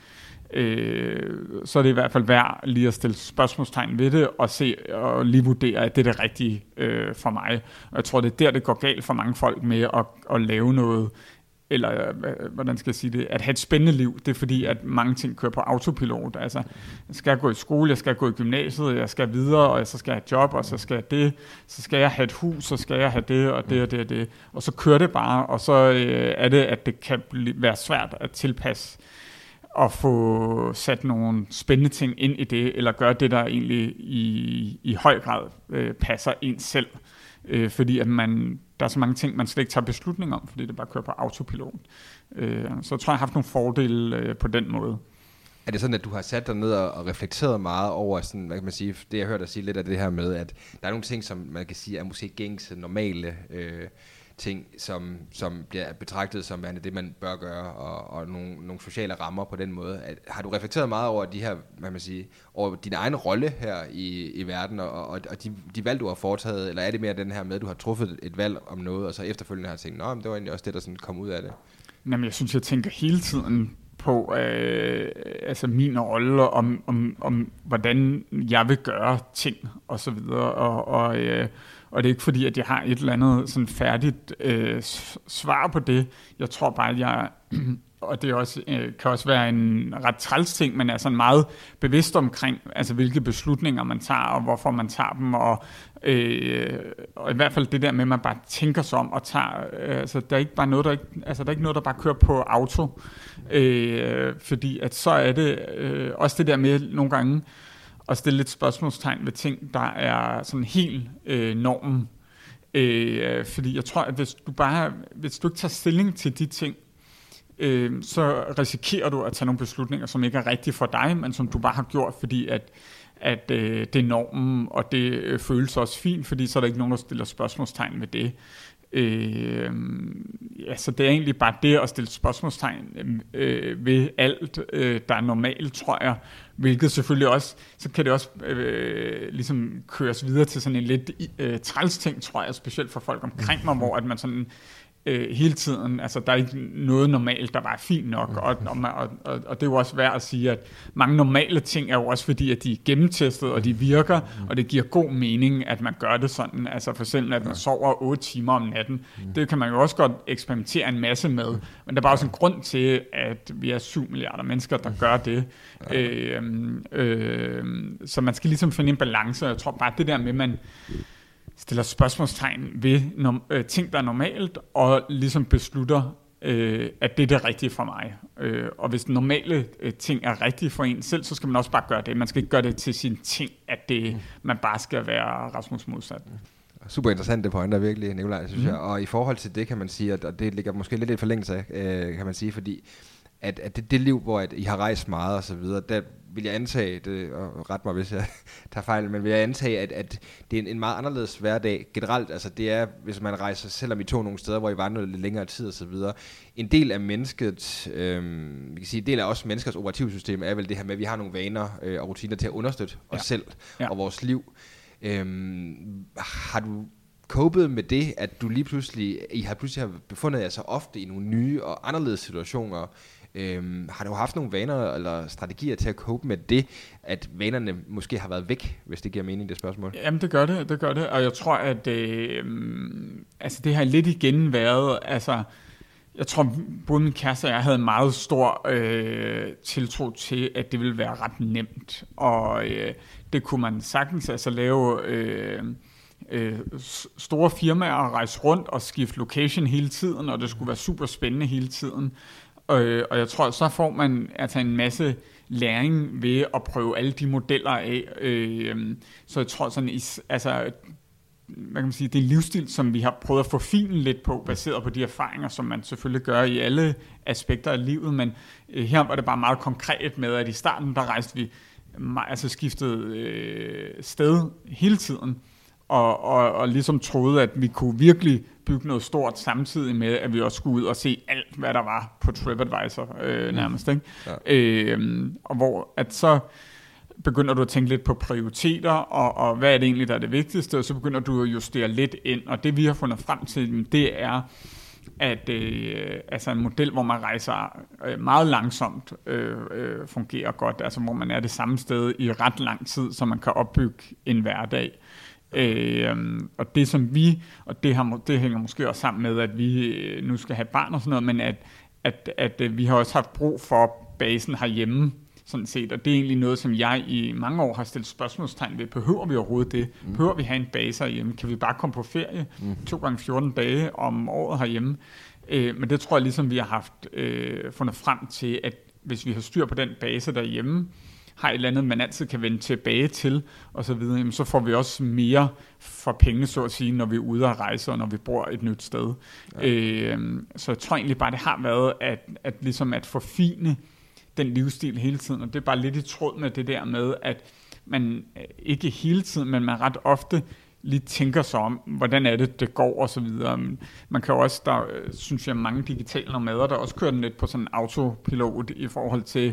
Speaker 5: Øh, så er det i hvert fald værd lige at stille spørgsmålstegn ved det og se og lige vurdere, at det er det rigtige øh, for mig. Og jeg tror, det er der, det går galt for mange folk med at, at lave noget, eller hvordan skal jeg sige det, at have et spændende liv. Det er fordi, at mange ting kører på autopilot. Altså, jeg skal gå i skole, jeg skal gå i gymnasiet, jeg skal videre, og så skal jeg have et job, og så skal jeg det, så skal jeg have et hus, så skal jeg have det, og det, og det, og det. Og så kører det bare, og så øh, er det, at det kan blive, være svært at tilpasse og få sat nogle spændende ting ind i det, eller gøre det, der egentlig i, i høj grad øh, passer en selv. Øh, fordi at man, der er så mange ting, man slet ikke tager beslutning om, fordi det bare kører på autopilot. Øh, så jeg tror, jeg har haft nogle fordele øh, på den måde.
Speaker 4: Er det sådan, at du har sat dig ned og reflekteret meget over, sådan, hvad kan man sige, det jeg hørte dig sige lidt af det her med, at der er nogle ting, som man kan sige er måske gængse, normale øh, ting, som, som bliver betragtet som værende det, man bør gøre, og, og nogle, nogle sociale rammer på den måde. At, har du reflekteret meget over de her, hvad man sige, over din egen rolle her i, i verden, og, og, og de, de valg, du har foretaget, eller er det mere den her med, at du har truffet et valg om noget, og så efterfølgende har tænkt, nå, men det var egentlig også det, der sådan kom ud af det?
Speaker 5: Jamen, jeg synes, jeg tænker hele tiden på øh, altså min rolle, om, om, om hvordan jeg vil gøre ting, og så videre. Og, og, øh, og det er ikke fordi, at jeg har et eller andet sådan færdigt øh, svar på det. Jeg tror bare, at jeg... og det også, øh, kan også være en ret træls ting, men er sådan meget bevidst omkring, altså hvilke beslutninger man tager, og hvorfor man tager dem, og, øh, og i hvert fald det der med, at man bare tænker sig om og tager, øh, altså der er ikke bare noget, der ikke, altså der er ikke noget, der bare kører på auto, øh, fordi at så er det øh, også det der med nogle gange at stille lidt spørgsmålstegn ved ting, der er sådan helt øh, normen, øh, fordi jeg tror, at hvis du bare, hvis du ikke tager stilling til de ting, øh, så risikerer du at tage nogle beslutninger, som ikke er rigtige for dig, men som du bare har gjort, fordi at, at øh, det er normen, og det øh, føles også fint, fordi så er der ikke nogen, der stiller spørgsmålstegn ved det. Øh, ja, så det er egentlig bare det at stille spørgsmålstegn øh, ved alt, øh, der er normalt, tror jeg, hvilket selvfølgelig også, så kan det også øh, ligesom køres videre til sådan en lidt øh, træls ting, tror jeg, specielt for folk omkring mig, hvor at man sådan øh, hele tiden, altså der er ikke noget normalt, der bare er fint nok, og, og, og, og det er jo også værd at sige, at mange normale ting er jo også fordi, at de er gennemtestet, og de virker, og det giver god mening, at man gør det sådan, altså for eksempel, at man sover otte timer om natten, det kan man jo også godt eksperimentere en masse med, men der er bare også en grund til, at vi er syv milliarder mennesker, der gør det, øh, øh, så man skal ligesom finde en balance, og jeg tror bare, det der med, at man stiller spørgsmålstegn ved no- øh, ting, der er normalt, og ligesom beslutter, øh, at det er det rigtige for mig. Øh, og hvis normale øh, ting er rigtige for en selv, så skal man også bare gøre det. Man skal ikke gøre det til sin ting, at det, man bare skal være Rasmus modsat.
Speaker 4: Super interessant det pointer virkelig, Nikolaj, synes mm. jeg. Og i forhold til det kan man sige, at, og det ligger måske lidt i forlængelse af, øh, kan man sige, fordi at, at det, det liv, hvor at I har rejst meget og så videre, der vil jeg antage, det, og ret mig hvis jeg tager fejl, men vil jeg antage, at, at det er en, en meget anderledes hverdag generelt. Altså det er, hvis man rejser, selvom I tog nogle steder, hvor I var noget lidt længere tid og så videre, en del af mennesket, øh, vi kan sige, en del af os menneskers operativsystem er vel det her med, at vi har nogle vaner øh, og rutiner til at understøtte ja. os selv ja. og vores liv. Øh, har du copet med det, at du lige pludselig, I har pludselig har befundet jer så ofte i nogle nye og anderledes situationer? Øhm, har du haft nogle vaner eller strategier til at cope med det, at vanerne måske har været væk, hvis det giver mening, det spørgsmål?
Speaker 5: Jamen det gør det, det gør det, og jeg tror, at øh, altså det har lidt igen været, altså jeg tror både min kæreste og jeg havde meget stor øh, tiltro til, at det ville være ret nemt, og øh, det kunne man sagtens altså lave øh, øh, store firmaer og rejse rundt og skifte location hele tiden, og det skulle være super spændende hele tiden. Og, og jeg tror, så får man altså en masse læring ved at prøve alle de modeller af. Øh, så jeg tror sådan, altså, hvad kan man sige, det er en livsstil, som vi har prøvet at forfine lidt på, baseret på de erfaringer, som man selvfølgelig gør i alle aspekter af livet. Men øh, her var det bare meget konkret med, at i starten, der rejste vi, altså skiftede øh, sted hele tiden. Og, og, og ligesom troede, at vi kunne virkelig bygge noget stort samtidig med, at vi også skulle ud og se alt, hvad der var på TripAdvisor øh, nærmest. Ikke? Ja. Øh, og hvor at så begynder du at tænke lidt på prioriteter, og, og hvad er det egentlig, der er det vigtigste, og så begynder du at justere lidt ind. Og det vi har fundet frem til, det er, at øh, altså en model, hvor man rejser øh, meget langsomt, øh, øh, fungerer godt. Altså hvor man er det samme sted i ret lang tid, så man kan opbygge en hverdag. Øh, og det som vi, og det, har, det hænger måske også sammen med, at vi nu skal have barn og sådan noget, men at, at, at, at vi har også haft brug for basen herhjemme, sådan set, og det er egentlig noget, som jeg i mange år har stillet spørgsmålstegn ved. Behøver vi overhovedet det? Mm. Behøver vi have en base herhjemme? Kan vi bare komme på ferie mm. to gange fjorten dage om året herhjemme? Øh, men det tror jeg ligesom, vi har haft øh, fundet frem til, at hvis vi har styr på den base derhjemme, har et eller andet, man altid kan vende tilbage til, og så videre, jamen, så får vi også mere for pengene, så at sige, når vi er ude at rejse, og når vi bor et nyt sted. Ja. Øh, så jeg tror egentlig bare, det har været, at, at, ligesom at forfine den livsstil hele tiden, og det er bare lidt i tråd med det der med, at man ikke hele tiden, men man ret ofte lige tænker sig om, hvordan er det, det går, og så videre. Man kan jo også, der synes jeg, mange digitale nomader, der også kører den lidt på sådan en autopilot i forhold til,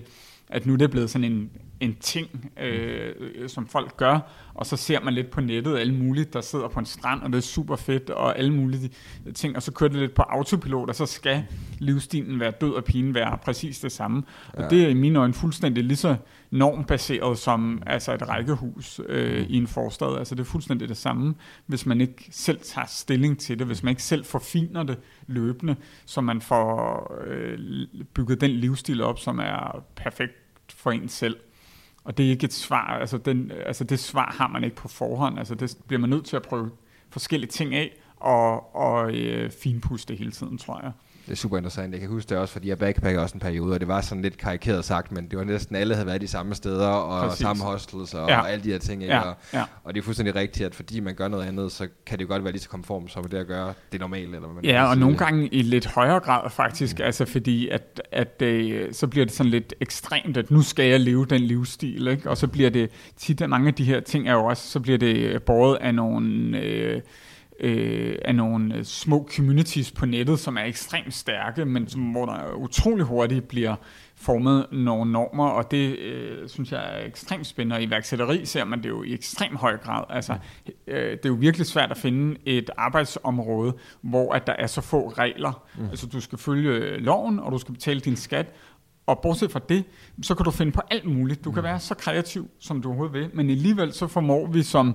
Speaker 5: at nu er det blevet sådan en, en ting, øh, som folk gør, og så ser man lidt på nettet alle muligt, der sidder på en strand, og det er super fedt, og alle mulige ting, og så kører det lidt på autopilot, og så skal livsstilen være død og pine være præcis det samme. Og ja. Det er i mine øjne fuldstændig lige så normbaseret som altså et rækkehus øh, i en forstad. Altså det er fuldstændig det samme, hvis man ikke selv tager stilling til det, hvis man ikke selv forfiner det løbende, så man får øh, bygget den livsstil op, som er perfekt for en selv. Og det er ikke et svar, altså, den, altså det svar har man ikke på forhånd, altså det bliver man nødt til at prøve forskellige ting af, og, og øh, finpuste hele tiden, tror jeg.
Speaker 4: Det er super interessant. Jeg kan huske det også, fordi jeg backpacker også en periode, og det var sådan lidt karikeret sagt, men det var næsten alle havde været de samme steder, og Præcis. samme hostels, og, ja. og alle de her ting. Ja. Og, ja. og det er fuldstændig rigtigt, at fordi man gør noget andet, så kan det jo godt være lige så konform som det at gøre det normale. Eller hvad man
Speaker 5: ja, og nogle gange i lidt højere grad faktisk, mm. altså fordi, at, at øh, så bliver det sådan lidt ekstremt, at nu skal jeg leve den livsstil, ikke? Og så bliver det tit, at mange af de her ting er jo også, så bliver det båret af nogle... Øh, Øh, af nogle små communities på nettet, som er ekstremt stærke, men som, hvor der utrolig hurtigt bliver formet nogle normer, og det øh, synes jeg er ekstremt spændende. Og i iværksætteri ser man det jo i ekstremt høj grad. Altså, øh, det er jo virkelig svært at finde et arbejdsområde, hvor at der er så få regler. Mm. Altså du skal følge loven, og du skal betale din skat, og bortset fra det, så kan du finde på alt muligt. Du kan være så kreativ, som du overhovedet vil, men alligevel så formår vi som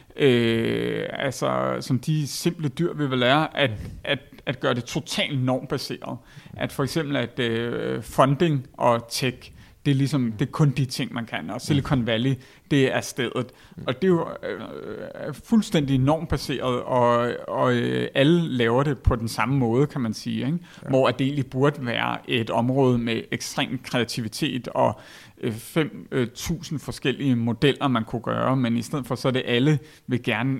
Speaker 5: Øh, altså som de simple dyr vi vil lære at, at, at gøre det totalt normbaseret, at for eksempel at øh, funding og tech, det er ligesom det er kun de ting man kan, og Silicon Valley det er stedet, og det er jo øh, fuldstændig normbaseret, og, og øh, alle laver det på den samme måde, kan man sige, ikke? Ja. Hvor at det egentlig burde være et område med ekstrem kreativitet og fem tusind forskellige modeller, man kunne gøre, men i stedet for, så er det alle vil gerne,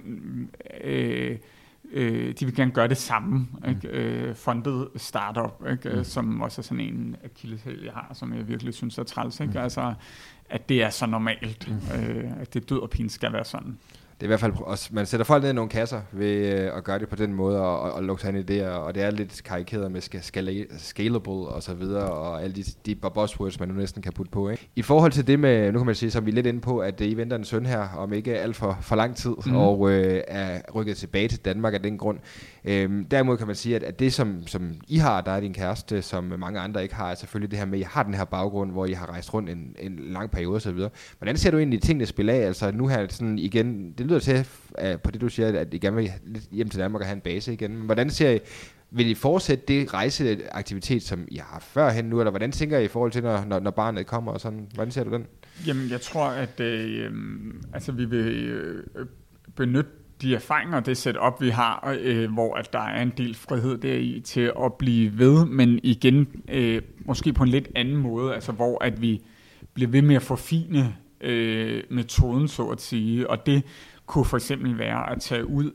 Speaker 5: øh, øh, de vil gerne gøre det samme, ikke? Øh, funded startup, ikke? Mm. Som også er sådan en akilleshæl, jeg har, som jeg virkelig synes er træls, ikke? Mm. Altså, at det er så normalt, mm. øh, at det død og pine skal være sådan.
Speaker 4: Det er i hvert fald også, man sætter folk ned i nogle kasser ved øh, at gøre det på den måde og, og, og lukke sig ind i det, og det er lidt karikeret med scala- scalable og så videre, og alle de, de buzzwords, man nu næsten kan putte på, ikke? I forhold til det med, nu kan man sige, som vi er lidt inde på, at I venter en søn her, om ikke alt for, for lang tid, mm. og øh, er rykket tilbage til Danmark af den grund. Øhm, derimod kan man sige, at, at det som, som I har, der er din kæreste, som mange andre ikke har, er selvfølgelig det her med, at I har den her baggrund, hvor I har rejst rundt en, en lang periode og så videre. Hvordan ser du egentlig tingene spille af? Altså nu her sådan igen, det lyder til uh, på det du siger, at I gerne vil hjem til Danmark og have en base igen. Men hvordan ser I, vil I fortsætte det rejseaktivitet, som I har haft førhen nu, eller hvordan tænker I i forhold til, når, når, når barnet kommer og sådan? Hvordan ser du den?
Speaker 5: Jamen jeg tror, at øh, altså vi vil øh, benytte de erfaringer og det setup, vi har, øh, hvor at der er en del frihed deri til at blive ved, men igen, øh, måske på en lidt anden måde, altså hvor at vi bliver ved med at forfine øh, metoden, så at sige, og det kunne for eksempel være at tage ud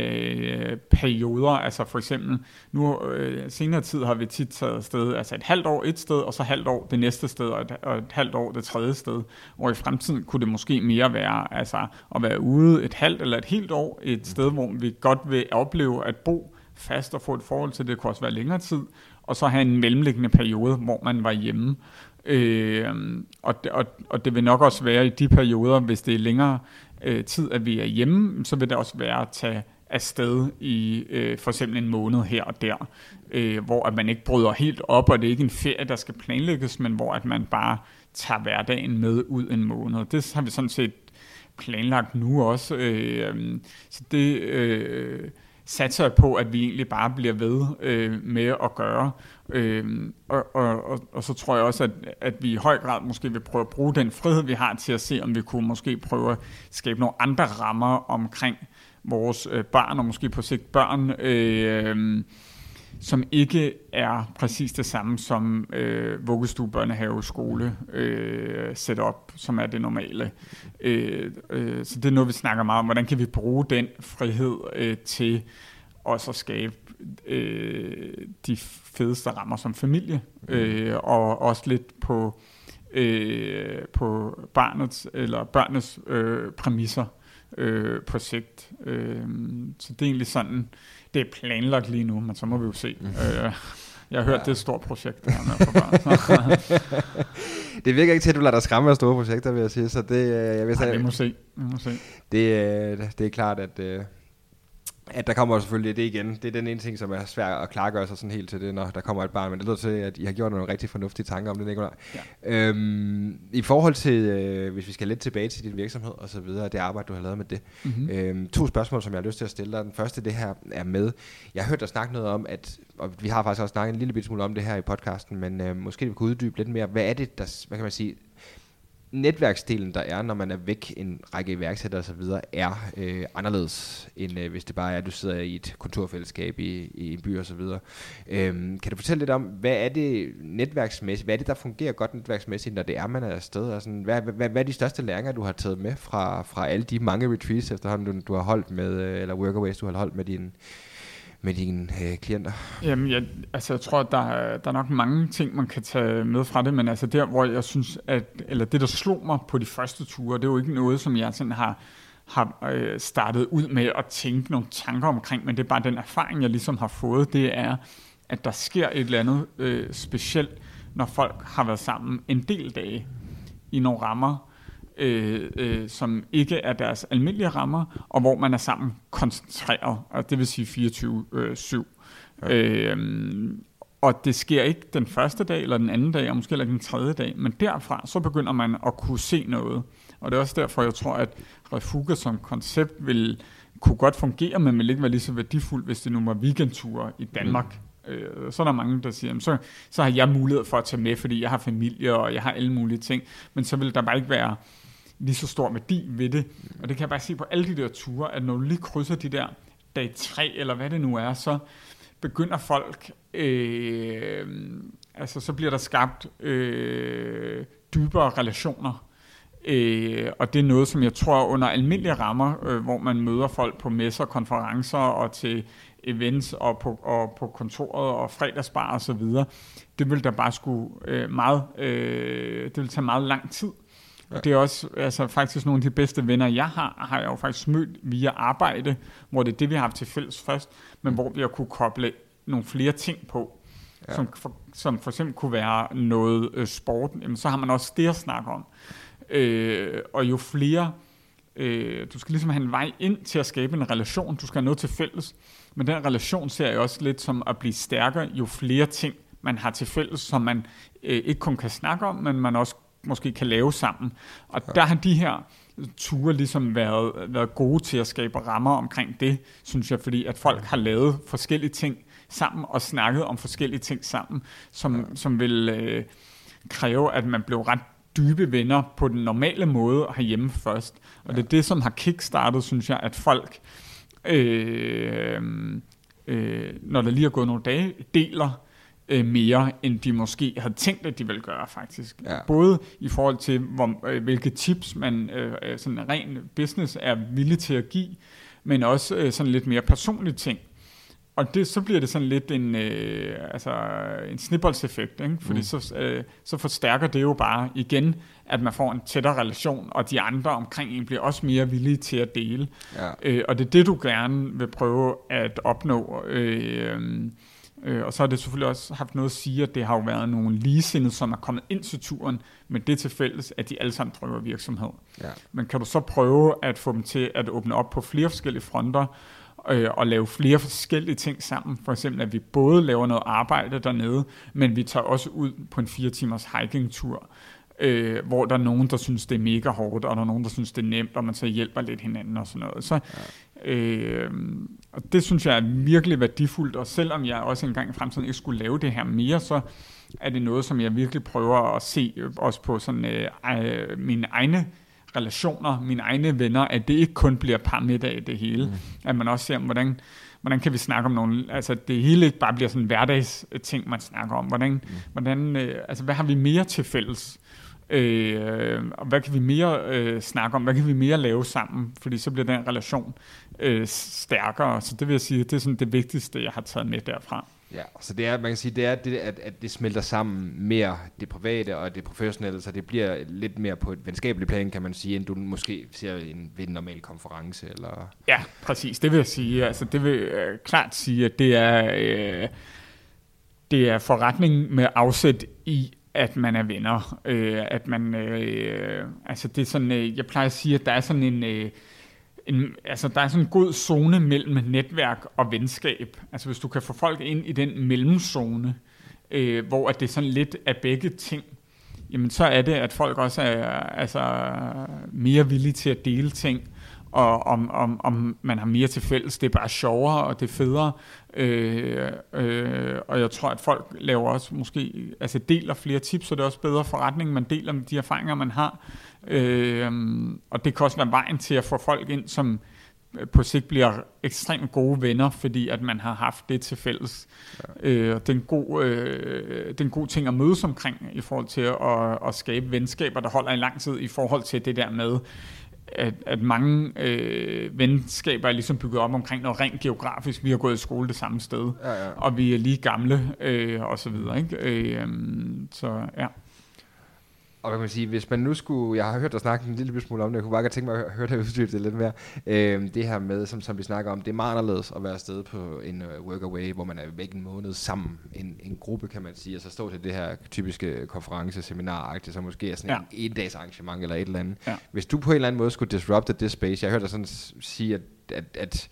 Speaker 5: af perioder, altså for eksempel, nu øh, senere tid har vi tit taget afsted, altså et halvt år et sted, og så halvt år det næste sted, og et, og et halvt år det tredje sted, og i fremtiden kunne det måske mere være, altså at være ude et halvt eller et helt år et sted, hvor vi godt vil opleve at bo fast og få et forhold til det, det kunne også være længere tid, og så have en mellemliggende periode, hvor man var hjemme. Øh, og, det, og, og det vil nok også være i de perioder, hvis det er længere øh, tid, at vi er hjemme, så vil det også være at tage afsted i øh, for eksempel en måned her og der, øh, hvor at man ikke bryder helt op, og det er ikke en ferie, der skal planlægges, men hvor at man bare tager hverdagen med ud en måned. Det har vi sådan set planlagt nu også. Øh, så det øh, satser jeg på, at vi egentlig bare bliver ved øh, med at gøre. Øh, og, og, og, og så tror jeg også, at, at vi i høj grad måske vil prøve at bruge den frihed, vi har til at se, om vi kunne måske prøve at skabe nogle andre rammer omkring vores øh, børn, og måske på sigt børn, øh, som ikke er præcis det samme som øh, vuggestue, børnehave, skole øh, setup, som er det normale. Øh, øh, så det er noget, vi snakker meget om. Hvordan kan vi bruge den frihed øh, til også at skabe øh, de fedeste rammer som familie, øh, og også lidt på, øh, på barnets eller børnenes øh, præmisser øh, på sigt. Øh, så det er egentlig sådan, det er planlagt lige nu, men så må vi jo se. Mm. Øh, jeg har hørt, ja. Det er et stort projekt, det her med at få børn.
Speaker 4: det virker ikke til, at du lader dig skræmme af store projekter, vil jeg sige. Så det, jeg vil sige,
Speaker 5: Ej, vi må se. Vi må se.
Speaker 4: Det, det er klart, at, at der kommer selvfølgelig det igen. Det er den ene ting, som er svært at klargøre sig sådan helt til det, når der kommer et barn. Men det lyder til, at I har gjort nogle rigtig fornuftige tanker om det, Nikolaj. Ja. Øhm, I forhold til, øh, hvis vi skal lidt tilbage til din virksomhed og så videre, det arbejde, du har lavet med det. Mm-hmm. Øhm, to spørgsmål, som jeg har lyst til at stille dig. Den første, det her er med. Jeg har hørt dig snakke noget om, at, og vi har faktisk også snakket en lille bit smule om det her i podcasten, men øh, måske vi kan uddybe lidt mere. Hvad er det, der, hvad kan man sige, netværksdelen, der er, når man er væk en række iværksættere og så videre, er øh, anderledes, end øh, hvis det bare er, at du sidder i et kontorfællesskab i, i en by og så videre. Øhm, kan du fortælle lidt om, hvad er det netværksmæssigt, hvad er det, der fungerer godt netværksmæssigt, når det er, man er afsted? Og sådan, hvad, hvad, hvad er de største læringer, du har taget med fra, fra alle de mange retreats efterhånden, du, du har holdt med, eller workaways, du har holdt med dine med dine øh, klienter? Jamen,
Speaker 5: jeg, altså, jeg tror, der er, der er nok mange ting, man kan tage med fra det, men altså der, hvor jeg synes, at, eller det, der slog mig på de første ture, det er jo ikke noget, som jeg sådan har, har øh, startet ud med at tænke nogle tanker omkring, men det er bare den erfaring, jeg ligesom har fået, det er, at der sker et eller andet øh, specielt, når folk har været sammen en del dage i nogle rammer, Øh, øh, som ikke er deres almindelige rammer, og hvor man er sammen koncentreret, og det vil sige fireogtyve syv. Ja. Øh, og det sker ikke den første dag, eller den anden dag, og måske heller ikke den tredje dag, men derfra, så begynder man at kunne se noget. Og det er også derfor, jeg tror, at Refuga som koncept vil kunne godt fungere, men vil ikke være lige så værdifuldt, hvis det nu var weekendture i Danmark. Mm. Øh, så er der mange, der siger, så, så har jeg mulighed for at tage med, fordi jeg har familie, og jeg har alle mulige ting, men så vil der bare ikke være lige så stor værdi ved det. Og det kan jeg bare se på alle de der ture, at når du lige krydser de der dag tre, eller hvad det nu er, så begynder folk, øh, altså så bliver der skabt øh, dybere relationer. Øh, og det er noget, som jeg tror under almindelige rammer, øh, hvor man møder folk på messer, konferencer og til events og på, og på kontoret og fredagsbar og så videre, det vil der bare skulle øh, meget, øh, det vil tage meget lang tid. Ja. Og det er også altså, faktisk nogle af de bedste venner, jeg har, har jeg jo faktisk mødt via arbejde, hvor det er det, vi har haft til fælles først, men hvor vi har kunne koble nogle flere ting på, ja. som, for, som for eksempel kunne være noget øh, sport, jamen, så har man også det at snakke om. Øh, og jo flere, øh, du skal ligesom have en vej ind til at skabe en relation, du skal have noget til fælles, men den relation ser jeg også lidt som at blive stærkere, jo flere ting man har til fælles, som man øh, ikke kun kan snakke om, men man også måske kan lave sammen. Og ja. Der har de her ture ligesom været, været gode til at skabe rammer omkring det, synes jeg, fordi at folk har lavet forskellige ting sammen og snakket om forskellige ting sammen, som, ja. som vil øh, kræve, at man blev ret dybe venner på den normale måde herhjemme først. Og ja. det er det, som har kickstartet, synes jeg, at folk, øh, øh, når der lige er gået nogle dage, deler mere, end de måske havde tænkt, at de ville gøre, faktisk. Ja. Både i forhold til, hvor, øh, hvilke tips man øh, sådan ren business er villig til at give, men også øh, sådan lidt mere personlige ting. Og det, så bliver det sådan lidt en, øh, altså en snibboldseffekt, ikke? Fordi mm. så, øh, så forstærker det jo bare igen, at man får en tættere relation, og de andre omkring en bliver også mere villige til at dele. Ja. Øh, og det er det, du gerne vil prøve at opnå. Øh, Øh, og så har det selvfølgelig også haft noget at sige, at det har jo været nogle ligesindede, som er kommet ind til turen, men det til fælles, at de alle sammen driver virksomhed. Ja. Men kan du så prøve at få dem til at åbne op på flere forskellige fronter, øh, og lave flere forskellige ting sammen? For eksempel, at vi både laver noget arbejde dernede, men vi tager også ud på en fire timers hiking-tur, øh, hvor der er nogen, der synes, det er mega hårdt, og der er nogen, der synes, det er nemt, og man så hjælper lidt hinanden og sådan noget. Så ja. øh, og det synes jeg er virkelig værdifuldt, og selvom jeg også engang i fremtiden ikke skulle lave det her mere, så er det noget, som jeg virkelig prøver at se også på sådan øh, øh, mine egne relationer, mine egne venner, at det ikke kun bliver par middag i det hele. Mm. At man også ser, hvordan, hvordan kan vi snakke om nogle, altså det hele ikke bare bliver sådan en hverdagsting, man snakker om. Hvordan, mm. hvordan, øh, altså hvad har vi mere til fælles? Øh, og hvad kan vi mere øh, snakke om? Hvad kan vi mere lave sammen? Fordi så bliver den relation øh, stærkere. Så det vil jeg sige, det er sådan det vigtigste, jeg har taget med derfra. Ja, så det er, man kan sige, det er, det, at, at det smelter sammen mere det private og det professionelle, så det bliver lidt mere på et venskabeligt plan, kan man sige, end du måske ser en, ved en normal konference. Eller... Ja, præcis. Det vil jeg sige. Altså, det vil øh, klart sige, at det er, øh, det er forretning med afsæt i at man er venner. Øh, at man, øh, altså det er sådan, øh, jeg plejer at sige, at der er sådan en, øh, en, altså der er sådan en god zone mellem netværk og venskab. Altså hvis du kan få folk ind i den mellemzone, øh, hvor at det er sådan lidt af begge ting, jamen så er det, at folk også er altså mere villige til at dele ting, og om, om, om man har mere til fælles, det er bare sjovere, og det er federe, øh, øh, og jeg tror, at folk laver også måske, altså deler flere tips, så det er også bedre forretning, man deler de erfaringer, man har, øh, og det kan også være vejen til at få folk ind, som på sigt bliver ekstremt gode venner, fordi at man har haft det til fælles. Ja. Øh, det, er en god, øh, det er en god ting at mødes omkring, i forhold til at, at skabe venskaber, der holder i lang tid, i forhold til det der med, At, at mange øh, venskaber er ligesom bygget op omkring noget rent geografisk. Vi har gået i skole det samme sted, ja, ja. Og vi er lige gamle, øh, og så videre, ikke? Øh, så ja.
Speaker 4: Og hvad kan man sige, hvis man nu skulle, jeg har hørt dig snakke en lille smule om det, jeg kunne bare godt tænke mig at høre dig uddybe det lidt mere. Øh, det her med, som, som vi snakker om, det er meget anderledes at være afsted på en uh, workaway, hvor man er væk en måned sammen, en, en gruppe kan man sige, og så stå til det her typiske konference, seminar-agtigt, så måske er sådan ja. en en-dags arrangement eller et eller andet. Ja. Hvis du på en eller anden måde skulle disrupte det space, jeg har hørt dig sådan sige, at, at, at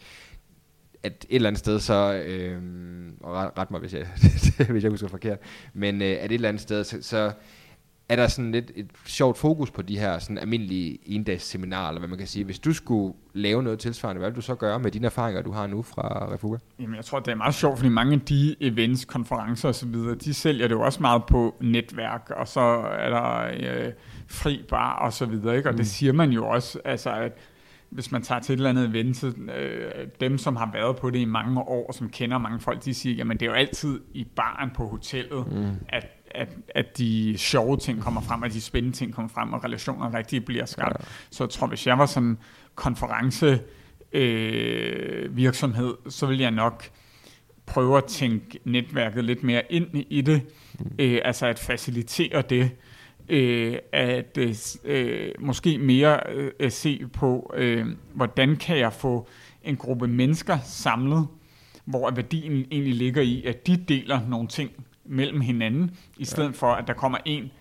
Speaker 4: at et eller andet sted så, øh, og ret, ret mig hvis jeg, hvis jeg husker forkert, men øh, at et eller andet sted, så, så er der sådan lidt et sjovt fokus på de her sådan almindelige endags seminarer, eller hvad man kan sige. Hvis du skulle lave noget tilsvarende, hvad vil du så gøre med dine erfaringer, du har nu fra Refuga?
Speaker 5: Jamen, jeg tror, det er meget sjovt, fordi mange af de events, konferencer osv., de sælger det jo også meget på netværk, og så er der øh, fri bar og så videre, ikke? Og mm. det siger man jo også, altså at hvis man tager til et eller andet event, så øh, dem, som har været på det i mange år, som kender mange folk, de siger, jamen det er jo altid i baren på hotellet, mm. at At, at de sjove ting kommer frem, at de spændende ting kommer frem, og relationer rigtig bliver skabt. Ja. Så jeg tror, hvis jeg var sådan en konference øh, virksomhed, så ville jeg nok prøve at tænke netværket lidt mere ind i det, mm. øh, altså at facilitere det, øh, at øh, måske mere øh, se på, øh, hvordan kan jeg få en gruppe mennesker samlet, hvor værdien egentlig ligger i, at de deler nogle ting mellem hinanden, i stedet ja. for, at der kommer en,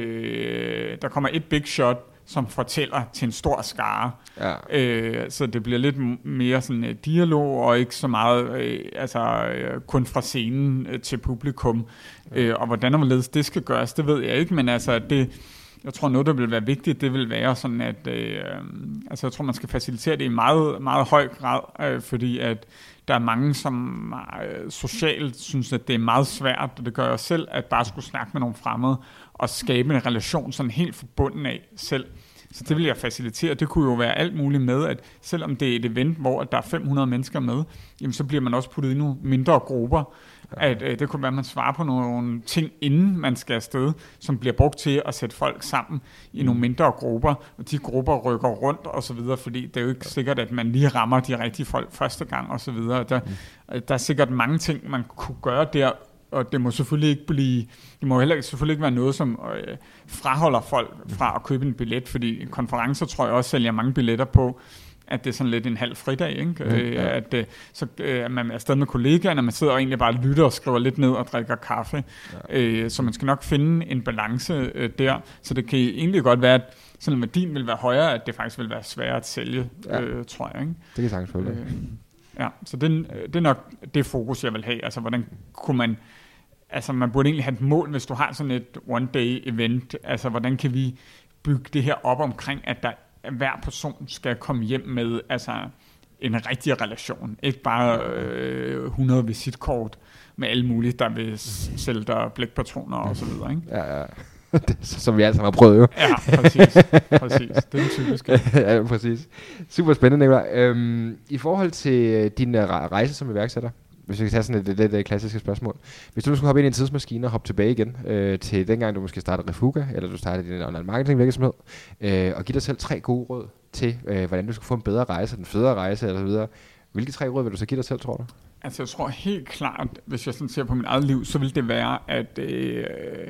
Speaker 5: øh, der kommer et big shot, som fortæller til en stor skare. Ja. Øh, så det bliver lidt mere sådan uh, dialog, og ikke så meget øh, altså, øh, kun fra scenen øh, til publikum. Ja. Øh, og hvordan og hvorledes det skal gøres, det ved jeg ikke, men altså det, jeg tror noget, der vil være vigtigt, det vil være sådan, at øh, altså, jeg tror, man skal facilitere det i meget, meget høj grad, øh, fordi at der er mange, som øh, socialt synes, at det er meget svært, og det gør jeg selv, at bare skulle snakke med nogle fremmede, og skabe en relation sådan helt forbundet af selv. Så det vil jeg facilitere. Det kunne jo være alt muligt med, at selvom det er et event, hvor der er fem hundrede mennesker med, jamen, så bliver man også puttet i nogle mindre grupper. At øh, det kunne være, at man svarer på nogle ting, inden man skal afsted, som bliver brugt til at sætte folk sammen i nogle mindre grupper, og de grupper rykker rundt og så videre, fordi det er jo ikke sikkert, at man lige rammer de rigtige folk første gang og så videre. Der, mm. der er sikkert mange ting, man kunne gøre der, og det må selvfølgelig ikke blive, det må heller selvfølgelig ikke være noget, som øh, fraholder folk fra at købe en billet, fordi konferencer tror jeg også sælger mange billetter på, at det er sådan lidt en halv fridag, ikke? Mm, ja. At øh, så øh, at man er afsted med kollegaerne, man sidder og egentlig bare lytter og skriver lidt ned og drikker kaffe. Ja. Øh, så man skal nok finde en balance øh, der. Så det kan egentlig godt være, at sådan en værdien vil være højere, at det faktisk vil være sværere at sælge, ja. øh, tror jeg, ikke?
Speaker 4: Det kan sagtens følge. Øh,
Speaker 5: ja, så det, det er nok det fokus, jeg vil have. Altså, hvordan kunne man... Altså, man burde egentlig have et mål, hvis du har sådan et one-day event. Altså, hvordan kan vi bygge det her op omkring, at der hver person skal komme hjem med altså en rigtig relation. Ikke bare øh, hundrede visitkort med alle mulige, der vil sælge dig blækpatroner og så videre. Ikke?
Speaker 4: Ja, ja. Som vi alle sammen har prøvet jo.
Speaker 5: Ja, præcis. præcis. Det er jo typisk.
Speaker 4: Ja, præcis. Super spændende, Nicolaj. Øhm, I forhold til din rejse som iværksætter, hvis vi kan tage sådan et lidt, lidt klassiske spørgsmål. Hvis du skulle hoppe ind i en tidsmaskine og hoppe tilbage igen øh, til dengang, du måske startede Refuga, eller du startede din online marketing virksomhed, øh, og give dig selv tre gode råd til, øh, hvordan du skulle få en bedre rejse, en federe rejse, eller så videre. Hvilke tre råd vil du så give dig selv, tror du?
Speaker 5: Altså, jeg tror helt klart, hvis jeg sådan ser på mit eget liv, så vil det være, at, øh,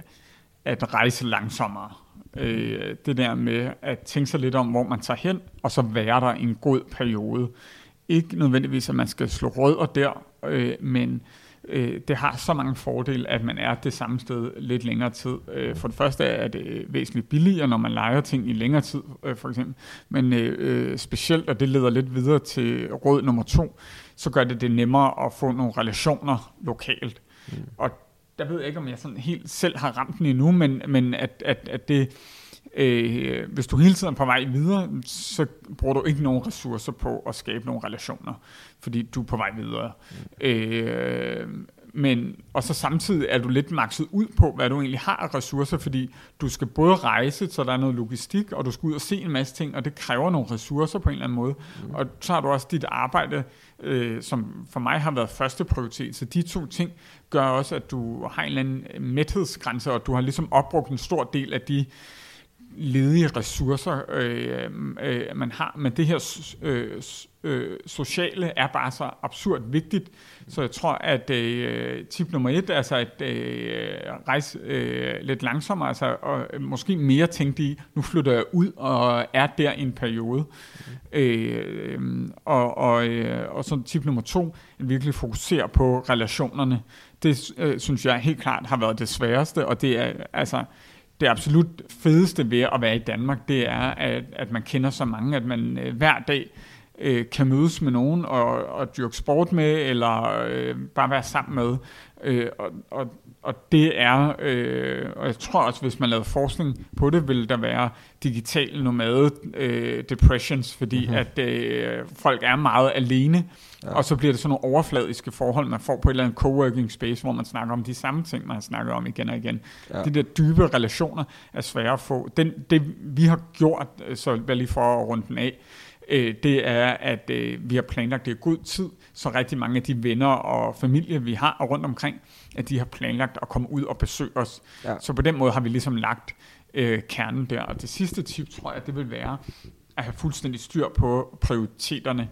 Speaker 5: at rejse langsommere. Øh, det der med at tænke sig lidt om, hvor man tager hen, og så være der i en god periode. Ikke nødvendigvis, at man skal slå rødder der, øh, men øh, det har så mange fordele, at man er det samme sted lidt længere tid. Øh, for det første er det væsentligt billigere, når man lejer ting i længere tid, øh, for eksempel. Men øh, specielt, og det leder lidt videre til råd nummer to, så gør det det nemmere at få nogle relationer lokalt. Mm. Og der ved jeg ikke, om jeg sådan helt selv har ramt den endnu, men, men at, at, at det... Øh, hvis du hele tiden er på vej videre, så bruger du ikke nogen ressourcer på at skabe nogle relationer, fordi du er på vej videre. Mm. Øh, men, og så samtidig er du lidt makset ud på, hvad du egentlig har af ressourcer, fordi du skal både rejse, så der er noget logistik, og du skal ud og se en masse ting, og det kræver nogle ressourcer på en eller anden måde. Mm. Og så har du også dit arbejde, øh, som for mig har været første prioritet. Så de to ting gør også, at du har en eller anden mæthedsgrænse, og du har ligesom opbrugt en stor del af de ledige ressourcer, øh, øh, man har, men det her øh, øh, sociale er bare så absurd vigtigt, så jeg tror, at øh, tip nummer et, altså at øh, rejse øh, lidt langsommere, altså og måske mere tænke i, nu flytter jeg ud og er der i en periode. Mm. Øh, og, og, øh, og så tip nummer to, at virkelig fokusere på relationerne. Det øh, synes jeg helt klart har været det sværeste, og det er altså det absolut fedeste ved at være i Danmark, det er, at, at man kender så mange, at man øh, hver dag øh, kan mødes med nogen og, og dyrke sport med, eller øh, bare være sammen med. Øh, og, og, og det er, øh, og jeg tror også, hvis man lavede forskning på det, vil der være digital nomade øh, depressions, fordi mm-hmm. at øh, folk er meget alene, ja. Og så bliver det sådan nogle overfladiske forhold, man får på et eller andet coworking space, hvor man snakker om de samme ting, man har snakket om igen og igen. Ja. De der dybe relationer er svære at få. Den, det vi har gjort, så vel lige for at runde den af, øh, det er, at øh, vi har planlagt det i god tid, så rigtig mange af de venner og familie, vi har rundt omkring, at de har planlagt at komme ud og besøge os. Ja. Så på den måde har vi ligesom lagt øh, kernen der. Og det sidste tip, tror jeg, det vil være at have fuldstændig styr på prioriteterne.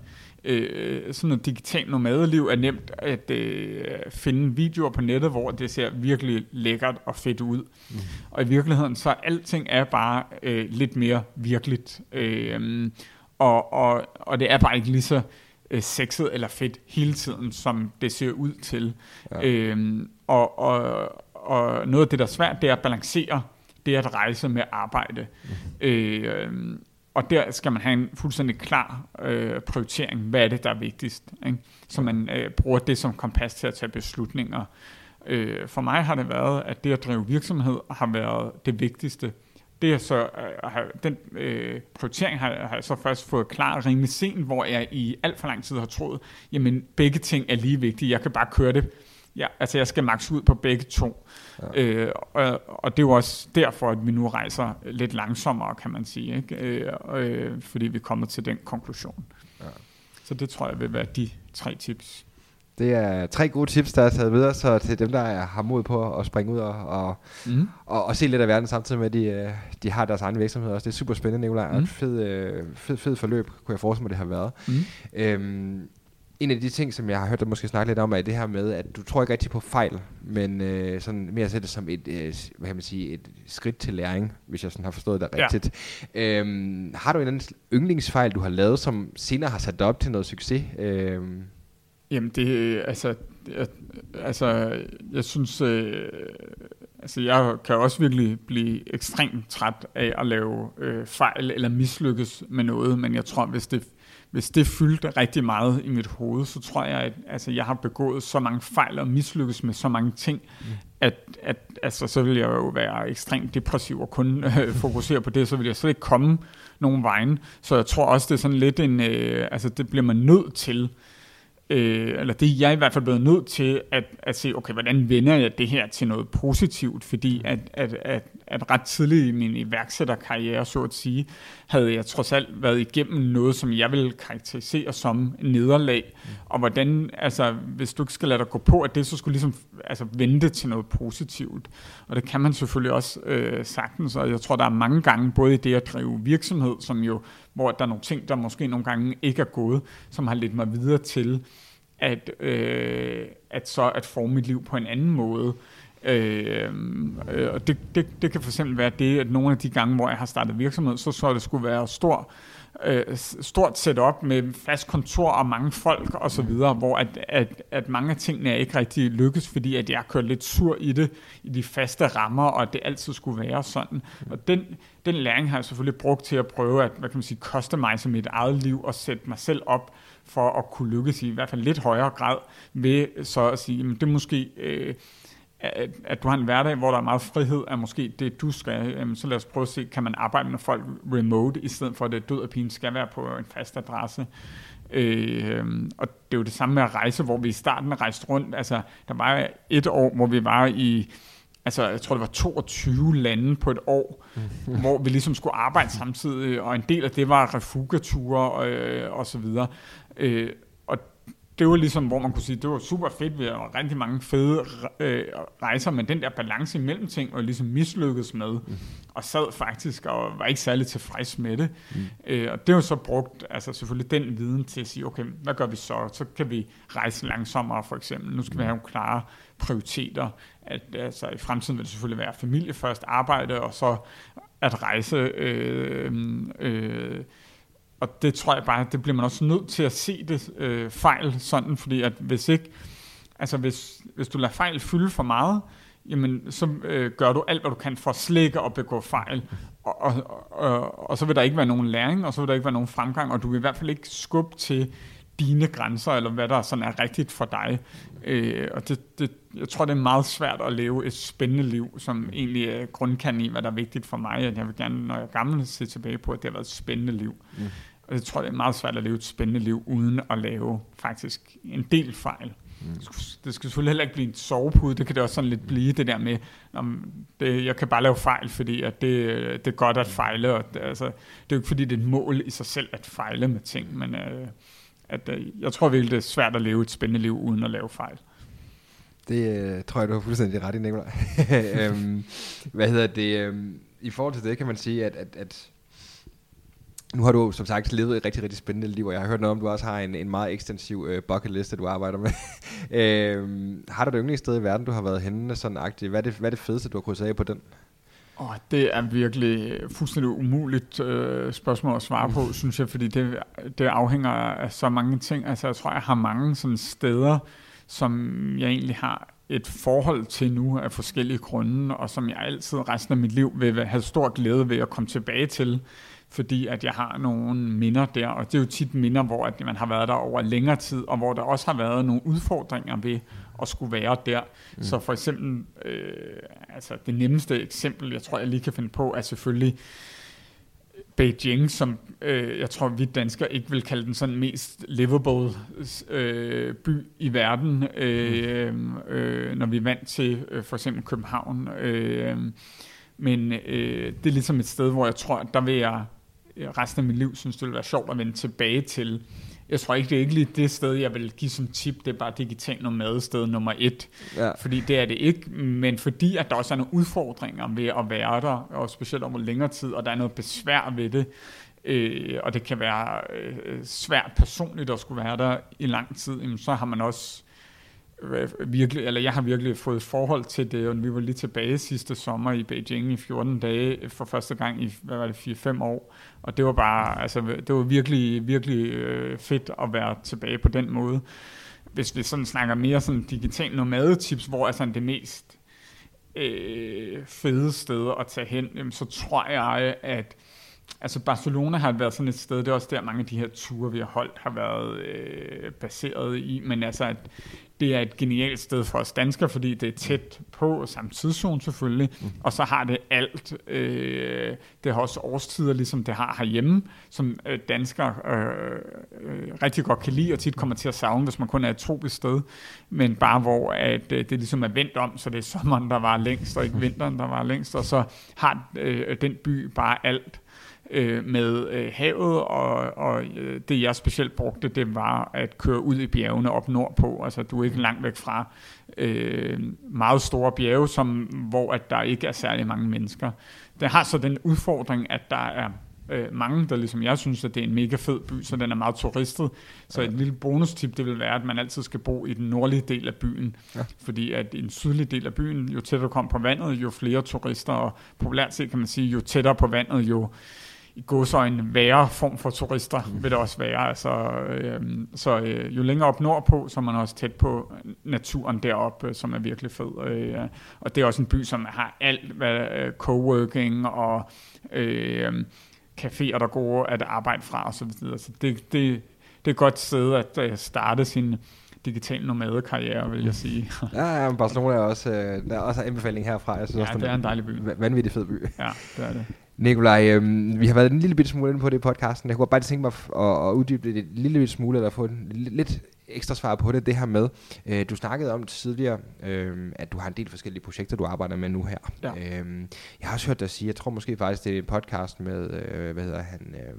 Speaker 5: Øh, sådan noget digitalt nomadeliv er nemt at øh, finde videoer på nettet, hvor det ser virkelig lækkert og fedt ud. Mm. Og i virkeligheden, så alting er bare øh, lidt mere virkeligt. Øh, og, og, og det er bare ikke lige så øh, sexet eller fedt hele tiden, som det ser ud til. Ja. Øh, og, og, og noget af det, der er svært, det er at balancere det at rejse med arbejde. Mm. Øh, Og der skal man have en fuldstændig klar øh, prioritering. Hvad er det, der er vigtigst? Ikke? Så man øh, bruger det som kompas til at tage beslutninger. Øh, for mig har det været, at det at drive virksomhed har været det vigtigste. Det er så, øh, den øh, prioritering har, har jeg så først fået klar rimelig sent, hvor jeg i alt for lang tid har troet, jamen begge ting er lige vigtige. Jeg kan bare køre det. Ja, altså jeg skal makse ud på begge to. Ja. Øh, og, og det er jo også derfor, at vi nu rejser lidt langsommere, kan man sige, ikke? Øh, øh, fordi vi kommer til den konklusion. Ja. Så det tror jeg vil være de tre tips.
Speaker 4: Det er tre gode tips, der er taget videre, så til dem, der har mod på at springe ud og, og, mm. og, og se lidt af verden, samtidig med, at de, de har deres egen virksomhed også. Det er super spændende, Nikolaj. Mm. Et fed, fed, fed forløb, kunne jeg forestille mig, det har været. Mm. Øhm, En af de ting, som jeg har hørt dig måske snakke lidt om, er det her med, at du tror ikke rigtig på fejl, men øh, sådan mere sætte det som et, øh, hvad kan man sige, et skridt til læring, hvis jeg sådan har forstået det rigtigt. Ja. Øhm, har du en anden yndlingsfejl, du har lavet, som senere har sat dig op til noget succes? Øhm.
Speaker 5: Jamen det, altså, jeg, altså, jeg synes, øh, altså jeg kan også virkelig blive ekstremt træt af at lave øh, fejl eller mislykkes med noget, men jeg tror, hvis det Hvis det fyldte rigtig meget i mit hoved, så tror jeg, at altså, jeg har begået så mange fejl og mislykkes med så mange ting, mm. at, at altså, så vil jeg jo være ekstremt depressiv og kun øh, fokusere på det, så vil jeg slet ikke komme nogen vejen. Så jeg tror også, det er sådan lidt en, øh, altså det bliver man nødt til, øh, eller det er jeg i hvert fald blevet nødt til, at, at se, okay, hvordan vender jeg det her til noget positivt, fordi at, at, at, at ret tidligt i min iværksætterkarriere, så at sige, havde jeg trods alt været igennem noget, som jeg vil karakterisere som nederlag, mm. og hvordan, altså, hvis du ikke skal lade dig gå på, at det så skulle ligesom, altså, vente til noget positivt, og det kan man selvfølgelig også øh, sagtens, og jeg tror, der er mange gange, både i det at drive virksomhed, som jo, hvor der er nogle ting, der måske nogle gange ikke er gået, som har ledt mig videre til, at, øh, at så at forme mit liv på en anden måde. Øh, øh, og det, det, det kan for eksempel være det, at nogle af de gange, hvor jeg har startet virksomhed, så så det skulle være stor øh, stort setup med fast kontor og mange folk og så videre, hvor at, at, at mange af tingene ikke rigtig lykkes, fordi at jeg kørte lidt sur i det, i de faste rammer, og at det altid skulle være sådan. Og den, den læring har jeg selvfølgelig brugt til at prøve at, hvad kan man sige, customize mit eget liv og sætte mig selv op for at kunne lykkes i, i hvert fald lidt højere grad, ved så at sige, det er måske... Øh, At, at du har en hverdag, hvor der er meget frihed, er måske det, du skal. Jamen, så lad os prøve at se, kan man arbejde med folk remote, i stedet for at det død og pine skal være på en fast adresse. Øh, og det er jo det samme med at rejse, hvor vi i starten rejste rundt. Altså, der var et år, hvor vi var i, altså, jeg tror, det var toogtyve lande på et år, hvor vi ligesom skulle arbejde samtidig, og en del af det var refugature og, øh, og så videre. Øh, og det var ligesom, hvor man kunne sige, det var super fedt, vi havde rigtig mange fede øh, rejser, men den der balance imellem ting var ligesom mislykkedes med, mm. og sad faktisk og var ikke særlig tilfreds med det. Mm. Øh, og det var så brugt, altså selvfølgelig den viden til at sige, okay, hvad gør vi så? Så kan vi rejse langsommere for eksempel. Nu skal mm. vi have nogle klare prioriteter. At, altså, i fremtiden vil det selvfølgelig være familie først, arbejde, og så at rejse... Øh, øh, Og det tror jeg bare, det bliver man også nødt til at se det øh, fejl sådan, fordi at hvis ikke, altså hvis, hvis du lader fejl fylde for meget, jamen så øh, gør du alt, hvad du kan for at slikke og begå fejl, og, og, og, og så vil der ikke være nogen læring, og så vil der ikke være nogen fremgang, og du vil i hvert fald ikke skubbe til dine grænser, eller hvad der sådan er rigtigt for dig. Øh, og det, det, jeg tror, det er meget svært at leve et spændende liv, som egentlig er grundkernen i, hvad der er vigtigt for mig, at jeg vil gerne, når jeg er gammel, se tilbage på, at det har været et spændende liv. Mm. Og jeg tror, det er meget svært at leve et spændende liv, uden at lave faktisk en del fejl. Mm. Det skal selvfølgelig heller ikke blive en sovepude, det kan det også sådan lidt blive, det der med, om det, jeg kan bare lave fejl, fordi at det, det er godt at fejle, og det, altså, det er jo ikke fordi, det er et mål i sig selv at fejle med ting, men øh, at, øh, jeg tror virkelig, det er svært at leve et spændende liv, uden at lave fejl.
Speaker 4: Det øh, tror jeg, du har fuldstændig ret i, Nicolaj. øhm, hvad hedder det? Øhm, I forhold til det kan man sige, at, at, at nu har du som sagt levet et rigtig, rigtig spændende liv, og jeg har hørt noget om, at du også har en, en meget ekstensiv øh, bucket liste, du arbejder med. øhm, har du et yndlingssted i verden, du har været henne sådan agtigt? Hvad er det, hvad er det fedeste, du har krydset af på den?
Speaker 5: Oh, det er virkelig fuldstændig umuligt øh, spørgsmål at svare på, synes jeg, fordi det, det afhænger af så mange ting. Altså jeg tror, jeg har mange sådan steder, som jeg egentlig har et forhold til nu af forskellige grunde, og som jeg altid resten af mit liv vil have stor glæde ved at komme tilbage til, fordi at jeg har nogle minder der, og det er jo tit minder, hvor at man har været der over længere tid, og hvor der også har været nogle udfordringer ved at skulle være der. Mm. Så for eksempel, øh, altså det nemmeste eksempel, jeg tror, jeg lige kan finde på, er selvfølgelig Beijing, som øh, jeg tror, vi danskere ikke vil kalde den sådan mest livable øh, by i verden, øh, øh, når vi er vant til øh, for eksempel København. Øh, men øh, det er ligesom et sted, hvor jeg tror, at der vil jeg resten af mit liv synes, det vil være sjovt at vende tilbage til. Jeg tror ikke, det er ikke lige det sted, jeg vil give som tip, det er bare digital nomadested nummer et. Ja. Fordi det er det ikke, men fordi at der også er nogle udfordringer ved at være der, og specielt over længere tid, og der er noget besvær ved det, øh, og det kan være øh, svært personligt at skulle være der i lang tid, jamen, så har man også virkelig, eller jeg har virkelig fået et forhold til det, og vi var lige tilbage sidste sommer i Beijing i fjorten dage for første gang i, hvad var det, fire fem år, og det var bare, altså det var virkelig, virkelig øh, fedt at være tilbage på den måde. Hvis vi sådan snakker mere sådan digital nomadetips, hvor er sådan det mest øh, fede sted at tage hen, jamen, så tror jeg, at altså Barcelona har været sådan et sted, det er også der mange af de her ture, vi har holdt, har været øh, baseret i, men altså at det er et genialt sted for os danskere, fordi det er tæt på, samme tidszone selvfølgelig, mm. og så har det alt. Øh, det har også årstider, ligesom det har herhjemme, som øh, danskere øh, øh, rigtig godt kan lide, og tit kommer til at savne, hvis man kun er et tropisk sted, men bare hvor at, øh, det ligesom er vendt om, så det er sommeren, der var længst, og ikke vinteren, der var længst, og så har øh, den by bare alt. Øh, med øh, havet, og, og øh, det jeg specielt brugte, det var at køre ud i bjergene op nordpå. Altså du er ikke langt væk fra øh, meget store bjerge, som, hvor at der ikke er særlig mange mennesker. Det har så den udfordring, at der er øh, mange, der ligesom jeg synes, at det er en mega fed by, så den er meget turistet. Så et lille bonustip, det vil være, at man altid skal bo i den nordlige del af byen. Ja. Fordi at i den sydlige del af byen, jo tættere du kommer på vandet, jo flere turister, og populært set kan man sige, jo tættere på vandet, jo i godsøjne værre form for turister, mm. vil det også være. Altså, øh, så øh, jo længere op nordpå, så er man også tæt på naturen deroppe, som er virkelig fed. Øh, og det er også en by, som har alt, hvad øh, coworking og øh, caféer, der går at arbejde fra og så videre. Så det, det, det er et godt sted at øh, starte sin digital nomadekarriere, vil jeg sige.
Speaker 4: Ja, ja, Barcelona er også, øh, der er også anbefaling herfra. Jeg synes
Speaker 5: ja,
Speaker 4: også,
Speaker 5: det er en dejlig by.
Speaker 4: Vanvittig fed by.
Speaker 5: Ja, det er det.
Speaker 4: Nikolaj, øh, vi har været en lille bitte smule inde på det i podcasten. Jeg kunne bare tænke mig at, at uddybe det en lille bitte smule, eller få en lidt ekstra svar på det, det her med. Øh, du snakkede om tidligere, øh, at du har en del forskellige projekter, du arbejder med nu her.
Speaker 5: Ja.
Speaker 4: Øh, jeg har også hørt dig sige, jeg tror måske faktisk, det er en podcast med, øh, hvad hedder han... Øh,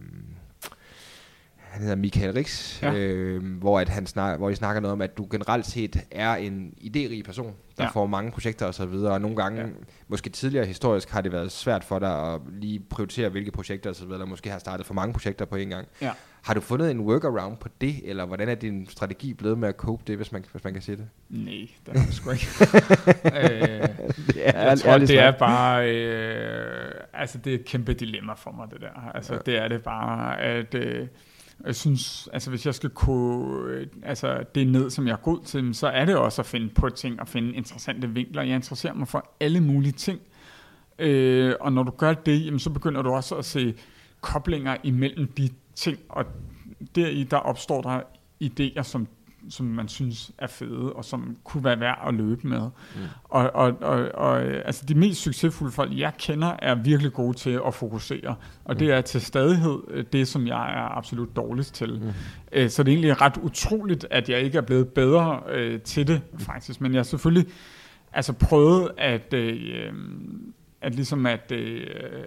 Speaker 4: Han hedder Michael Rix, ja. øh, hvor, at han snak, hvor I snakker noget om, at du generelt set er en idérig person, der ja. får mange projekter og så videre, og nogle gange, ja. måske tidligere historisk, har det været svært for dig at lige prioritere, hvilke projekter og så videre, eller måske har startet for mange projekter på en gang. Ja. Har du fundet en workaround på det, eller hvordan er din strategi blevet med at cope det, hvis man, hvis man kan sige det?
Speaker 5: Nej, det er det sgu ikke. øh, det er, jeg tror, det er bare, øh, altså det er et kæmpe dilemma for mig, det der. Altså ja. det er det bare, at... Øh, Jeg synes, altså hvis jeg skal kunne, altså det ned, som jeg er god til, så er det også at finde på ting og finde interessante vinkler. Jeg interesserer mig for alle mulige ting, øh, og når du gør det, jamen, så begynder du også at se koblinger imellem de ting, og deri der opstår der idéer, som som man synes er fede, og som kunne være værd at løbe med. Mm. Og, og, og, og altså de mest succesfulde folk, jeg kender, er virkelig gode til at fokusere. Og mm. det er til stadighed det, som jeg er absolut dårligst til. Mm. Æ, så det er egentlig ret utroligt, at jeg ikke er blevet bedre øh, til det, faktisk. Men jeg har selvfølgelig altså prøvet at, øh, at ligesom at... Øh,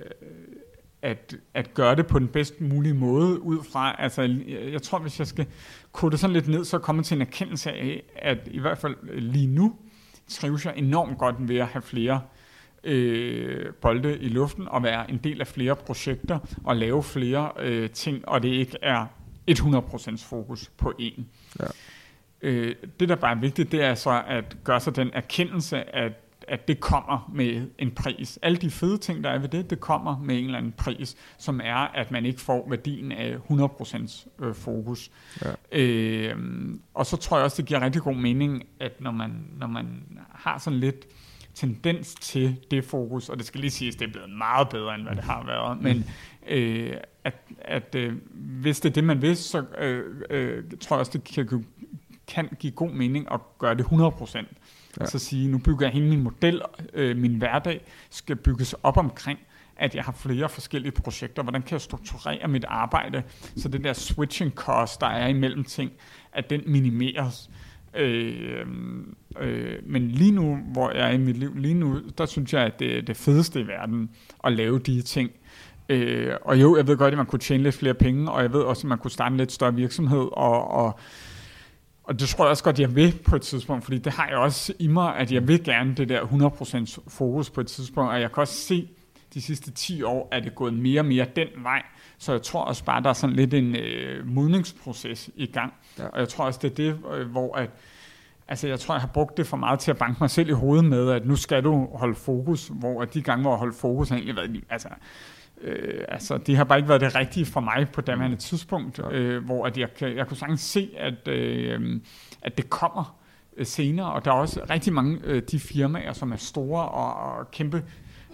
Speaker 5: At, at gøre det på den bedst mulige måde ud fra, altså jeg, jeg tror, hvis jeg skal kode det sådan lidt ned, så kommer til en erkendelse af, at i hvert fald lige nu trives jeg enormt godt ved at have flere øh, bolde i luften og være en del af flere projekter og lave flere øh, ting, og det ikke er hundrede procent fokus på én. Ja. Øh, det, der bare er vigtigt, det er så at gøre sig den erkendelse, at at det kommer med en pris. Alle de fede ting, der er ved det, det kommer med en eller anden pris, som er, at man ikke får værdien af hundrede procent øh, fokus. Ja. Øh, og så tror jeg også, det giver rigtig god mening, at når man, når man har sådan lidt tendens til det fokus, og det skal lige siges, det er blevet meget bedre, end hvad det har været, men øh, at, at øh, hvis det er det, man vil, så øh, øh, tror jeg også, det kan, kan give god mening at gøre det hundrede procent. Ja. Altså sige, nu bygger jeg hele min model, øh, min hverdag skal bygges op omkring, at jeg har flere forskellige projekter. Hvordan kan jeg strukturere mit arbejde, så det der switching cost, der er imellem ting, at den minimeres. Øh, øh, men lige nu, hvor jeg er i mit liv, lige nu, der synes jeg, at det er det fedeste i verden at lave de ting. Øh, og jo, jeg ved godt, at man kunne tjene lidt flere penge, og jeg ved også, at man kunne starte en lidt større virksomhed, og, og Og det tror jeg også godt, jeg vil på et tidspunkt, fordi det har jeg også i mig, at jeg vil gerne det der hundrede procent fokus på et tidspunkt, og jeg kan også se, de sidste ti år er det gået mere og mere den vej, så jeg tror også bare, der er sådan lidt en øh, modningsproces i gang, ja. Og jeg tror også, det er det, øh, hvor at, altså jeg tror, jeg har brugt det for meget til at banke mig selv i hovedet med, at nu skal du holde fokus, hvor at de gange, hvor jeg holdt fokus, har egentlig været, altså, Øh, altså, det har bare ikke været det rigtige for mig på daværende tidspunkt, øh, hvor at jeg, kan, jeg kunne sagtens se, at, øh, at det kommer øh, senere, og der er også rigtig mange af øh, de firmaer, som er store og, og kæmpe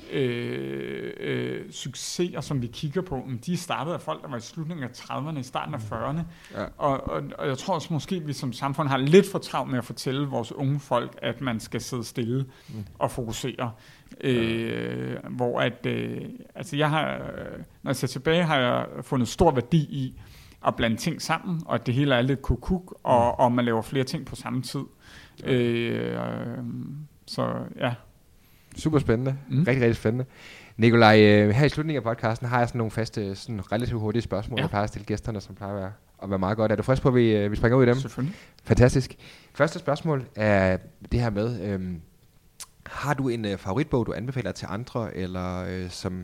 Speaker 5: øh, øh, succeser, som vi kigger på, men de startede af folk, der var i slutningen af trediverne, i starten af fyrrerne, ja. og, og, og jeg tror også måske, at vi som samfund har lidt for travlt med at fortælle vores unge folk, at man skal sidde stille mm. og fokusere. Øh, hvor at øh, altså jeg har, når jeg ser tilbage, har jeg fundet stor værdi i at blande ting sammen, og at det hele er lidt kukuk, og, mm. og man laver flere ting på samme tid. Ja. Øh, øh, så ja.
Speaker 4: Super spændende. Mm. Rigtig, rigtig spændende. Nikolaj, øh, her i slutningen af podcasten har jeg sådan nogle faste, sådan relativt hurtige spørgsmål, ja. Jeg plejer at stille gæsterne, som plejer at være, at være meget godt. Er du frisk på, at vi, øh, vi springer ud i dem?
Speaker 5: Selvfølgelig.
Speaker 4: Fantastisk. Første spørgsmål er det her med, øh, har du en øh, favoritbog, du anbefaler til andre, eller øh, som,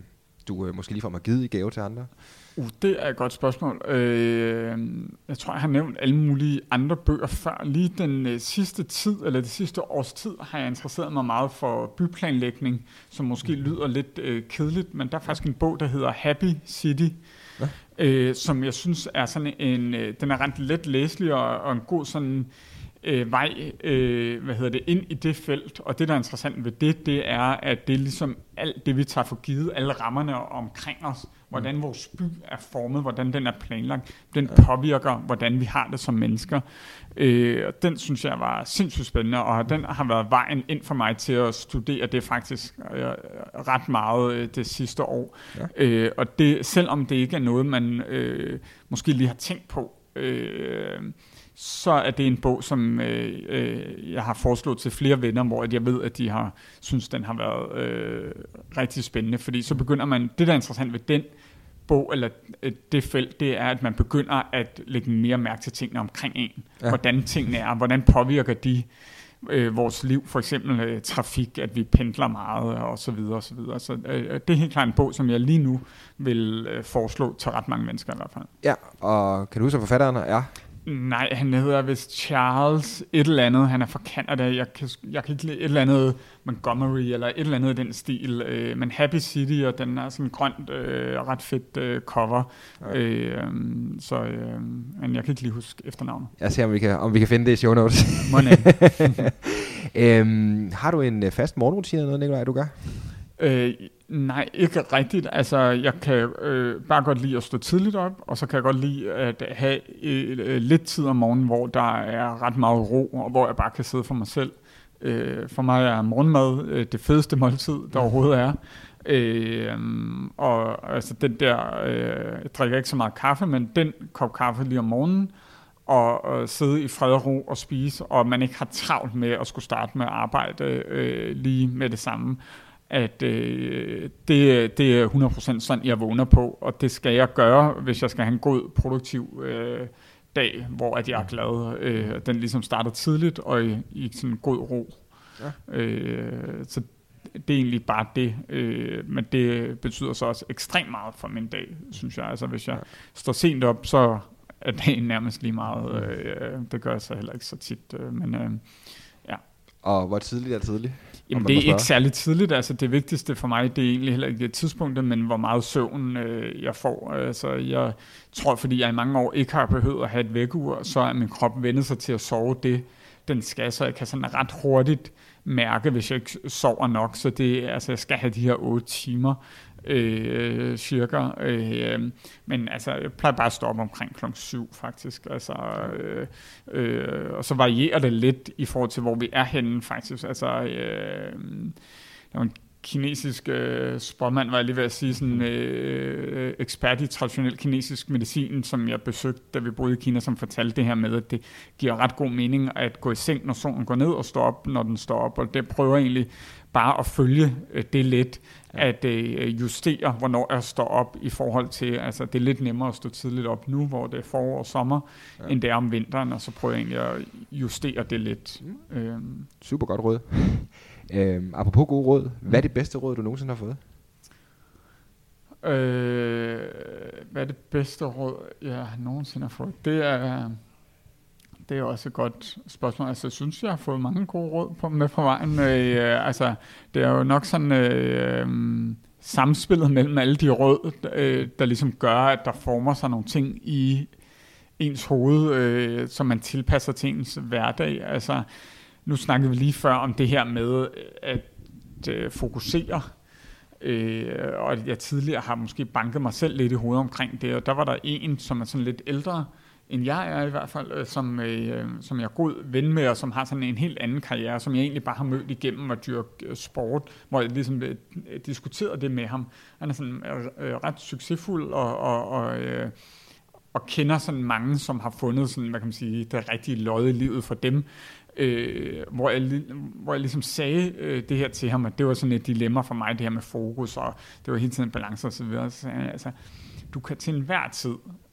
Speaker 4: du øh, måske lige får mig givet i gave til andre?
Speaker 5: Uh, det er et godt spørgsmål. Øh, jeg tror, jeg har nævnt alle mulige andre bøger før. Lige den øh, sidste tid, eller det sidste års tid, har jeg interesseret mig meget for byplanlægning, som måske lyder lidt øh, kedeligt, men der er faktisk en bog, der hedder Happy City, ja. øh, som jeg synes er sådan en, øh, den er ret let læselig og, og en god sådan øh, vej, øh, hvad hedder det, ind i det felt. Og det, der er interessant ved det, det er, at det er ligesom alt det, vi tager for givet, alle rammerne omkring os, hvordan vores by er formet, hvordan den er planlagt, den påvirker, hvordan vi har det som mennesker. Øh, og den synes jeg var sindssygt spændende, og den har været vejen ind for mig til at studere det faktisk øh, ret meget øh, det sidste år. Ja. Øh, og det, selvom det ikke er noget, man øh, måske lige har tænkt på, øh, så er det en bog, som øh, øh, jeg har foreslået til flere venner, hvor jeg ved, at de har synes, den har været øh, rigtig spændende, fordi så begynder man, det der er interessant ved den bog, eller det felt, det er, at man begynder at lægge mere mærke til tingene omkring en. Ja. Hvordan tingene er, hvordan påvirker de øh, vores liv, for eksempel øh, trafik, at vi pendler meget, og så videre, og så videre. Så øh, det er helt klart en bog, som jeg lige nu vil øh, foreslå til ret mange mennesker i hvert fald.
Speaker 4: Ja, og kan du huske, forfatteren er?
Speaker 5: Nej, han hedder vist Charles et eller andet. Han er fra Canada. Jeg kan, jeg kan ikke lide et eller andet Montgomery, eller et eller andet i den stil. Øh, men Happy City, og den er sådan grønt, øh, ret fedt øh, cover. Ja. Øh, så, øh, men jeg kan ikke lige huske efternavnet.
Speaker 4: Jeg ser, om vi kan, om vi kan finde det i show notes. øhm, har du en fast morgenrutine eller noget, Nikolaj, du gør?
Speaker 5: Øh, nej, ikke rigtigt. Altså, jeg kan øh, bare godt lide at stå tidligt op, og så kan jeg godt lide at have øh, lidt tid om morgenen, hvor der er ret meget ro, og hvor jeg bare kan sidde for mig selv. Øh, for mig er morgenmad øh, det fedeste måltid, der overhovedet er. Øh, og altså den der, øh, jeg drikker ikke så meget kaffe, men den kop kaffe lige om morgenen, og, og sidde i fred og ro og spise, og man ikke har travlt med at skulle starte med at arbejde øh, lige med det samme. At øh, det, det er hundrede procent sådan, jeg vågner på, og det skal jeg gøre, hvis jeg skal have en god, produktiv øh, dag, hvor at jeg er glad. Øh, den ligesom starter tidligt, og i, i sådan en god ro. Ja. Øh, så det er egentlig bare det, øh, men det betyder så også ekstremt meget for min dag, synes jeg. Altså hvis jeg står sent op, så er dagen nærmest lige meget. Øh, det gør jeg så heller ikke så tit, øh, men øh, ja.
Speaker 4: Og hvor tidligt er tidligt?
Speaker 5: Jamen det er ikke særlig tidligt, altså det vigtigste for mig, det er egentlig heller ikke tidspunktet, men hvor meget søvn øh, jeg får. Altså jeg tror, fordi jeg i mange år ikke har behøvet at have et vækkeur, så er min krop vendet sig til at sove det, den skal, så jeg kan sådan ret hurtigt mærke, hvis jeg ikke sover nok, så det, altså jeg skal have de her otte timer øh, cirka, øh, men altså jeg plejer bare at stå op omkring klokken syv faktisk, altså øh, øh, og så varierer det lidt i forhold til, hvor vi er henne faktisk, altså øh, der var en kinesisk øh, spormand, var jeg lige ved at sige, sådan øh, ekspert i traditionel kinesisk medicin, som jeg besøgte, da vi boede i Kina, som fortalte det her med, at det giver ret god mening at gå i seng, når solen går ned, og stå op, når den står op, og det prøver egentlig bare at følge øh, det lidt, ja. At øh, justere, hvornår jeg står op i forhold til, altså det er lidt nemmere at stå tidligt op nu, hvor det er forår og sommer, ja. End det er om vinteren, og så prøver jeg egentlig at justere det lidt. Mm. Øhm.
Speaker 4: Super godt råd. Øhm, apropos gode råd, hvad er det bedste råd, du nogensinde har fået?
Speaker 5: Øh, hvad er det bedste råd, jeg nogensinde har fået? Det er, det er også et godt spørgsmål. Altså, jeg synes, jeg har fået mange gode råd på, med på vejen. Øh, altså, det er jo nok sådan øh, samspillet mellem alle de råd, øh, der ligesom gør, at der former sig nogle ting i ens hoved, øh, som man tilpasser til ens hverdag. Altså, nu snakkede vi lige før om det her med at øh, fokusere, øh, og jeg tidligere har måske banket mig selv lidt i hovedet omkring det, og der var der en, som er sådan lidt ældre, end jeg er i hvert fald, øh, som, øh, som jeg er god ven med, og som har sådan en helt anden karriere, som jeg egentlig bare har mødt igennem at dyrke sport, hvor jeg ligesom øh, diskuterede det med ham. Han er sådan øh, ret succesfuld, og, og, og øh, og kender sådan mange, som har fundet sådan, hvad kan man sige, det rigtige lod i livet for dem, øh, hvor, jeg, hvor jeg ligesom sagde øh, det her til ham, at det var sådan et dilemma for mig, det her med fokus, og det var hele tiden balance og så videre. Så sagde jeg, altså, du kan til enhver tid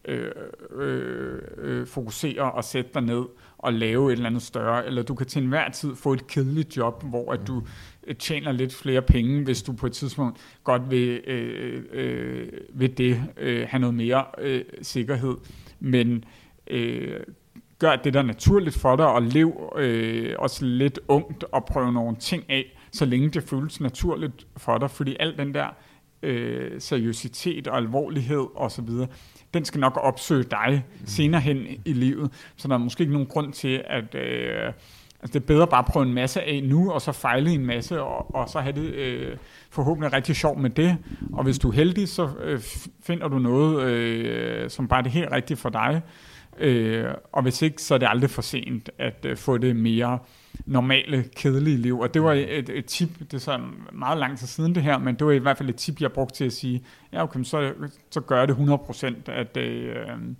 Speaker 5: øh, øh, øh, fokusere og sætte dig ned og lave et eller andet større, eller du kan til enhver tid få et kedeligt job, hvor at du tjener lidt flere penge, hvis du på et tidspunkt godt vil, øh, øh, vil det øh, have noget mere øh, sikkerhed. Men øh, gør det, der er naturligt for dig, og lev øh, også lidt ungt og prøve nogle ting af, så længe det føles naturligt for dig, fordi al den der øh, seriøsitet og alvorlighed osv., den skal nok opsøge dig senere hen i livet, så der er måske ikke nogen grund til, at øh, altså det er bedre bare at prøve en masse af nu, og så fejle en masse, og, og så have det øh, forhåbentlig rigtig sjovt med det, og hvis du er heldig, så øh, finder du noget, øh, som bare er det helt rigtigt for dig, øh, og hvis ikke, så er det aldrig for sent at øh, få det mere normale, kedelige liv. Og det var et, et tip, det er så meget lang tid siden det her, men det var i hvert fald et tip, jeg brugte til at sige, ja okay, så, så gør det hundrede procent, at øh,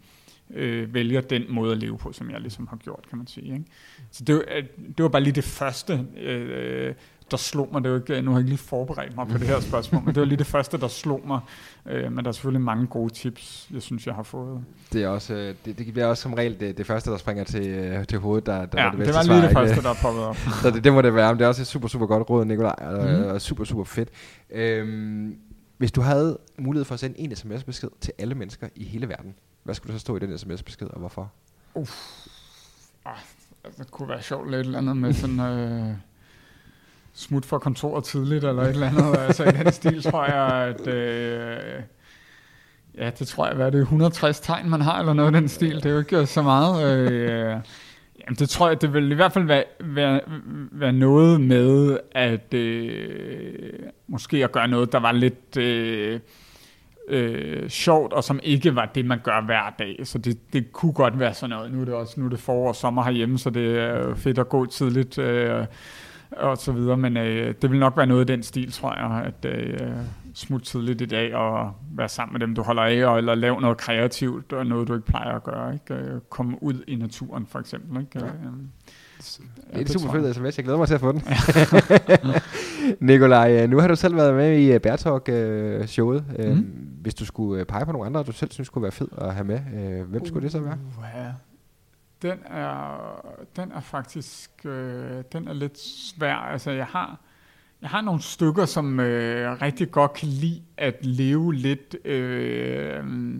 Speaker 5: øh, vælger den måde at leve på, som jeg ligesom har gjort, kan man sige. Ikke? Så det, det var bare lige det første, øh, der slog mig. Det var ikke, nu har jeg ikke lige forberedt mig på det her spørgsmål, men det var lige det første, der slog mig. Øh, men der er selvfølgelig mange gode tips, jeg synes, jeg har fået.
Speaker 4: Det er også, det, det bliver også som regel det, det første, der springer til, til hovedet, der, der
Speaker 5: ja,
Speaker 4: er det bedste
Speaker 5: det var
Speaker 4: svar,
Speaker 5: lige det
Speaker 4: ikke?
Speaker 5: første, der er poppet op.
Speaker 4: Så det, det må det være, men det er også et super, super godt råd, Nikolaj, og,
Speaker 5: Mm.
Speaker 4: og super, super fedt. Øhm, hvis du havde mulighed for at sende en sms-besked til alle mennesker i hele verden, hvad skulle der så stå i den sms-besked, og hvorfor?
Speaker 5: Uff. Ah, det kunne være sjovt lidt eller andet med sådan øh, smut fra kontoret tidligt eller et eller andet. Altså i den stil tror jeg, at øh, ja, det tror jeg, hvad er det, et hundrede og tres tegn man har eller noget i den stil. Det er jo ikke så meget. Øh, jamen det tror jeg, det vil i hvert fald være, være, være noget med at øh, måske at gøre noget, der var lidt øh, Øh, sjovt, og som ikke var det, man gør hver dag. Så det, det kunne godt være sådan noget. Nu er det også nu er det forår og sommer herhjemme, så det er fedt at gå tidligt øh, og så videre. Men øh, det vil nok være noget i den stil, tror jeg, at øh, smutte tidligt i dag og være sammen med dem, du holder af, og, eller lave noget kreativt og noget, du ikke plejer at gøre. Ikke? Komme ud i naturen, for eksempel. Ikke? Ja.
Speaker 4: Ja, det er super fedt sms. Jeg glæder mig til at få den. Nikolaj, nu har du selv været med i Bear Talk-showet. Mm. Hvis du skulle pege på nogle andre, du selv synes skulle være fed at have med, hvem skulle uh, det så være?
Speaker 5: Ja. Den er, den er faktisk øh, den er lidt svær. Altså, jeg har, jeg har nogle stykker, som øh, rigtig godt kan lide at leve lidt... Øh,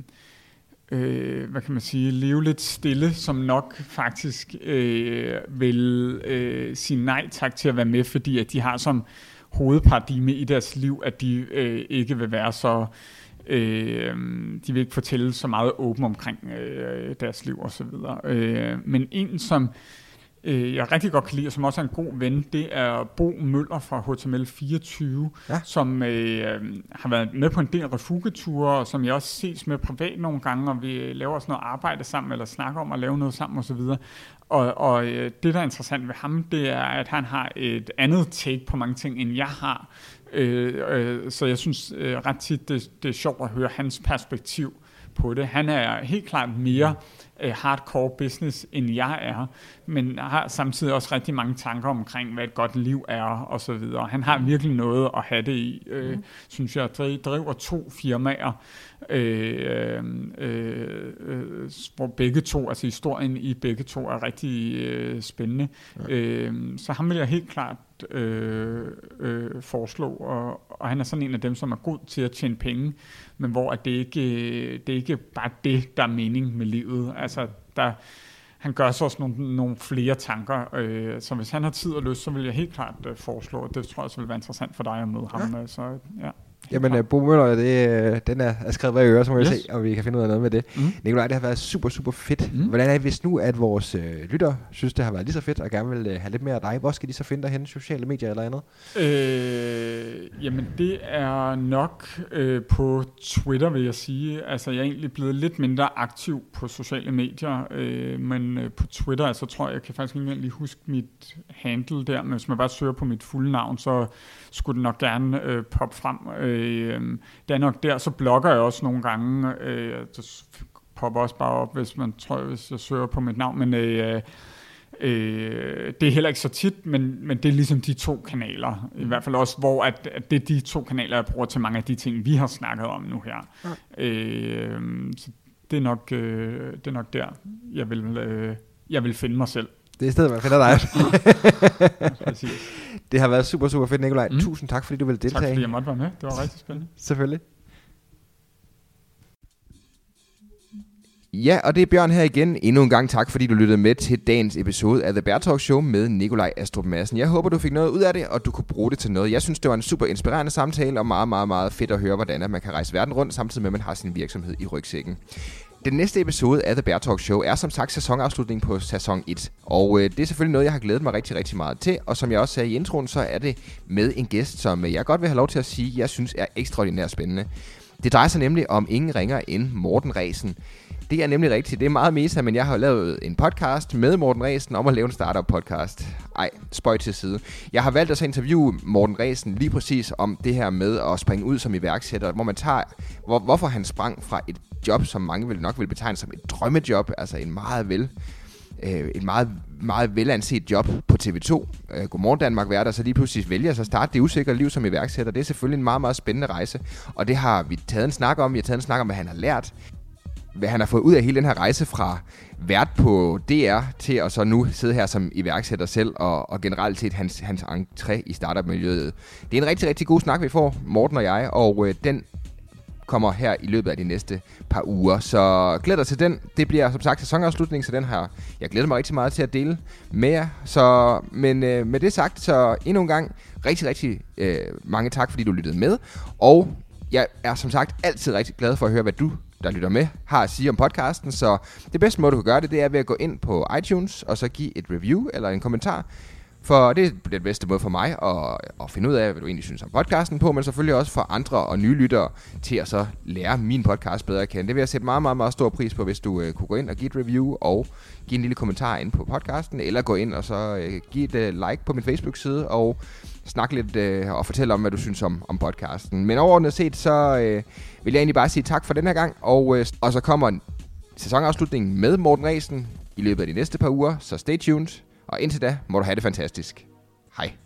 Speaker 5: Øh, hvad kan man sige, leve lidt stille, som nok faktisk øh, vil øh, sige nej tak til at være med, fordi at de har som hovedparadigme i deres liv, at de øh, ikke vil være så, øh, de vil ikke fortælle så meget åben omkring øh, deres liv og så videre. Øh, men en, som øh, jeg rigtig godt kan lide, og som også er en god ven, det er Bo Møller fra H T M L fireogtyve, ja. som øh, har været med på en del refugeture, og som jeg også ses med privat nogle gange, og vi laver også noget arbejde sammen, eller snakker om at lave noget sammen og så videre. Og, og øh, det, der er interessant ved ham, det er, at han har et andet take på mange ting, end jeg har. Øh, øh, så jeg synes øh, ret tit, det, det er sjovt at høre hans perspektiv på det. Han er helt klart mere øh, hardcore business, end jeg er, men har samtidig også rigtig mange tanker omkring, hvad et godt liv er, og så videre. Han har virkelig noget at have det i, øh, mm. synes jeg. Driver to firmaer, øh, øh, øh, hvor begge to, altså historien i begge to er rigtig øh, spændende. Ja. Øh, så ham vil jeg helt klart øh, øh, foreslå, og, og han er sådan en af dem, som er god til at tjene penge, men hvor at det ikke det er ikke bare det, der er mening med livet. Altså, der, han gør så også nogle, nogle flere tanker, øh, så hvis han har tid og lyst, så vil jeg helt klart øh, foreslå, det tror jeg også vil være interessant for dig at møde ham. Ja. Så, ja.
Speaker 4: Jamen, uh, Bo Møller, det, den er, er skrevet bag øret, så må yes. vi se, og vi kan finde ud af noget med det. Mm. Nikolaj, det har været super, super fedt. Mm. Hvordan er det, hvis nu, at vores øh, lytter synes, det har været lige så fedt, og gerne vil øh, have lidt mere af dig? Hvor skal de så finde dig henne? Sociale medier eller andet? Øh,
Speaker 5: jamen, det er nok øh, på Twitter, vil jeg sige. Altså, jeg er egentlig blevet lidt mindre aktiv på sociale medier, øh, men øh, på Twitter, altså, tror jeg, jeg kan faktisk ikke lige huske mit handle der, men hvis man bare søger på mit fulde navn, så skulle det nok gerne øh, poppe frem. Øh, det er nok der, så blogger jeg også nogle gange. Øh, det popper også bare op, hvis man tror, hvis jeg søger på mit navn, men øh, øh, det er heller ikke så tit, men, men det er ligesom de to kanaler, i hvert fald også, hvor at, at det er de to kanaler, jeg bruger til mange af de ting, vi har snakket om nu her. Ja. Øh, så det, er nok, øh, det er nok der, jeg vil, øh, jeg vil finde mig selv.
Speaker 4: Det er i stedet, man finder dig.
Speaker 5: Præcis.
Speaker 4: Det har været super, super fedt, Nikolaj.
Speaker 5: Mm.
Speaker 4: Tusind tak, fordi du ville deltage.
Speaker 5: Tak, fordi jeg måtte være med. Det var rigtig spændende.
Speaker 4: Selvfølgelig. Ja, og det er Bjørn her igen. Endnu en gang tak, fordi du lyttede med til dagens episode af The Bear Talk Show med Nikolaj Astrup Madsen. Jeg håber, du fik noget ud af det, og du kunne bruge det til noget. Jeg synes, det var en super inspirerende samtale, og meget, meget, meget fedt at høre, hvordan man kan rejse verden rundt, samtidig med, at man har sin virksomhed i rygsækken. Den næste episode af The Bear Talk Show er som sagt sæsonafslutning på sæson et. Og øh, det er selvfølgelig noget, jeg har glædet mig rigtig, rigtig meget til. Og som jeg også sagde i introen, så er det med en gæst, som jeg godt vil have lov til at sige, jeg synes er ekstraordinært spændende. Det drejer sig nemlig om ingen ringer end Morten Ræsen. Det er nemlig rigtigt. Det er meget mesa, men jeg har lavet en podcast med Morten Ræsen om at lave en startup podcast. Ej, spøj til side. Jeg har valgt at så interviewe Morten Ræsen lige præcis om det her med at springe ud som iværksætter, hvor man tager, hvor, hvorfor han sprang fra et job, som mange vil nok vil betegne som et drømmejob, altså en meget vel, øh, et meget, meget velanset job på T V to. Øh, Godmorgen Danmark værter, så lige pludselig vælger sig at starte det usikre liv som iværksætter. Det er selvfølgelig en meget, meget spændende rejse, og det har vi taget en snak om. Vi har taget en snak om, hvad han har lært, hvad han har fået ud af hele den her rejse fra vært på D R til at så nu sidde her som iværksætter selv, og, og generelt set hans, hans entré i startup-miljøet. Det er en rigtig, rigtig god snak, vi får, Morten og jeg, og øh, den kommer her i løbet af de næste par uger. Så glæd dig til den. Det bliver som sagt sæsonafslutning, så den har jeg glæder mig rigtig meget til at dele med jer. Så, men øh, med det sagt, så endnu en gang rigtig, rigtig øh, mange tak, fordi du lyttede med. Og jeg er som sagt altid rigtig glad for at høre, hvad du, der lytter med, har at sige om podcasten. Så det bedste måde, du kan gøre det, det er ved at gå ind på iTunes og så give et review eller en kommentar. For det er den bedste måde for mig at, at finde ud af, hvad du egentlig synes om podcasten på, men selvfølgelig også for andre og nye lyttere til at så lære min podcast bedre at kende. Det vil jeg sætte meget, meget, meget stor pris på, hvis du uh, kunne gå ind og give et review og give en lille kommentar ind på podcasten, eller gå ind og så uh, give et uh, like på min Facebook-side og snakke lidt uh, og fortælle om, hvad du synes om, om podcasten. Men overordnet set, så uh, vil jeg egentlig bare sige tak for den her gang, og, uh, og så kommer sæsonafslutningen med Morten Ræsen i løbet af de næste par uger, så stay tuned. Og indtil da må du have det fantastisk. Hej.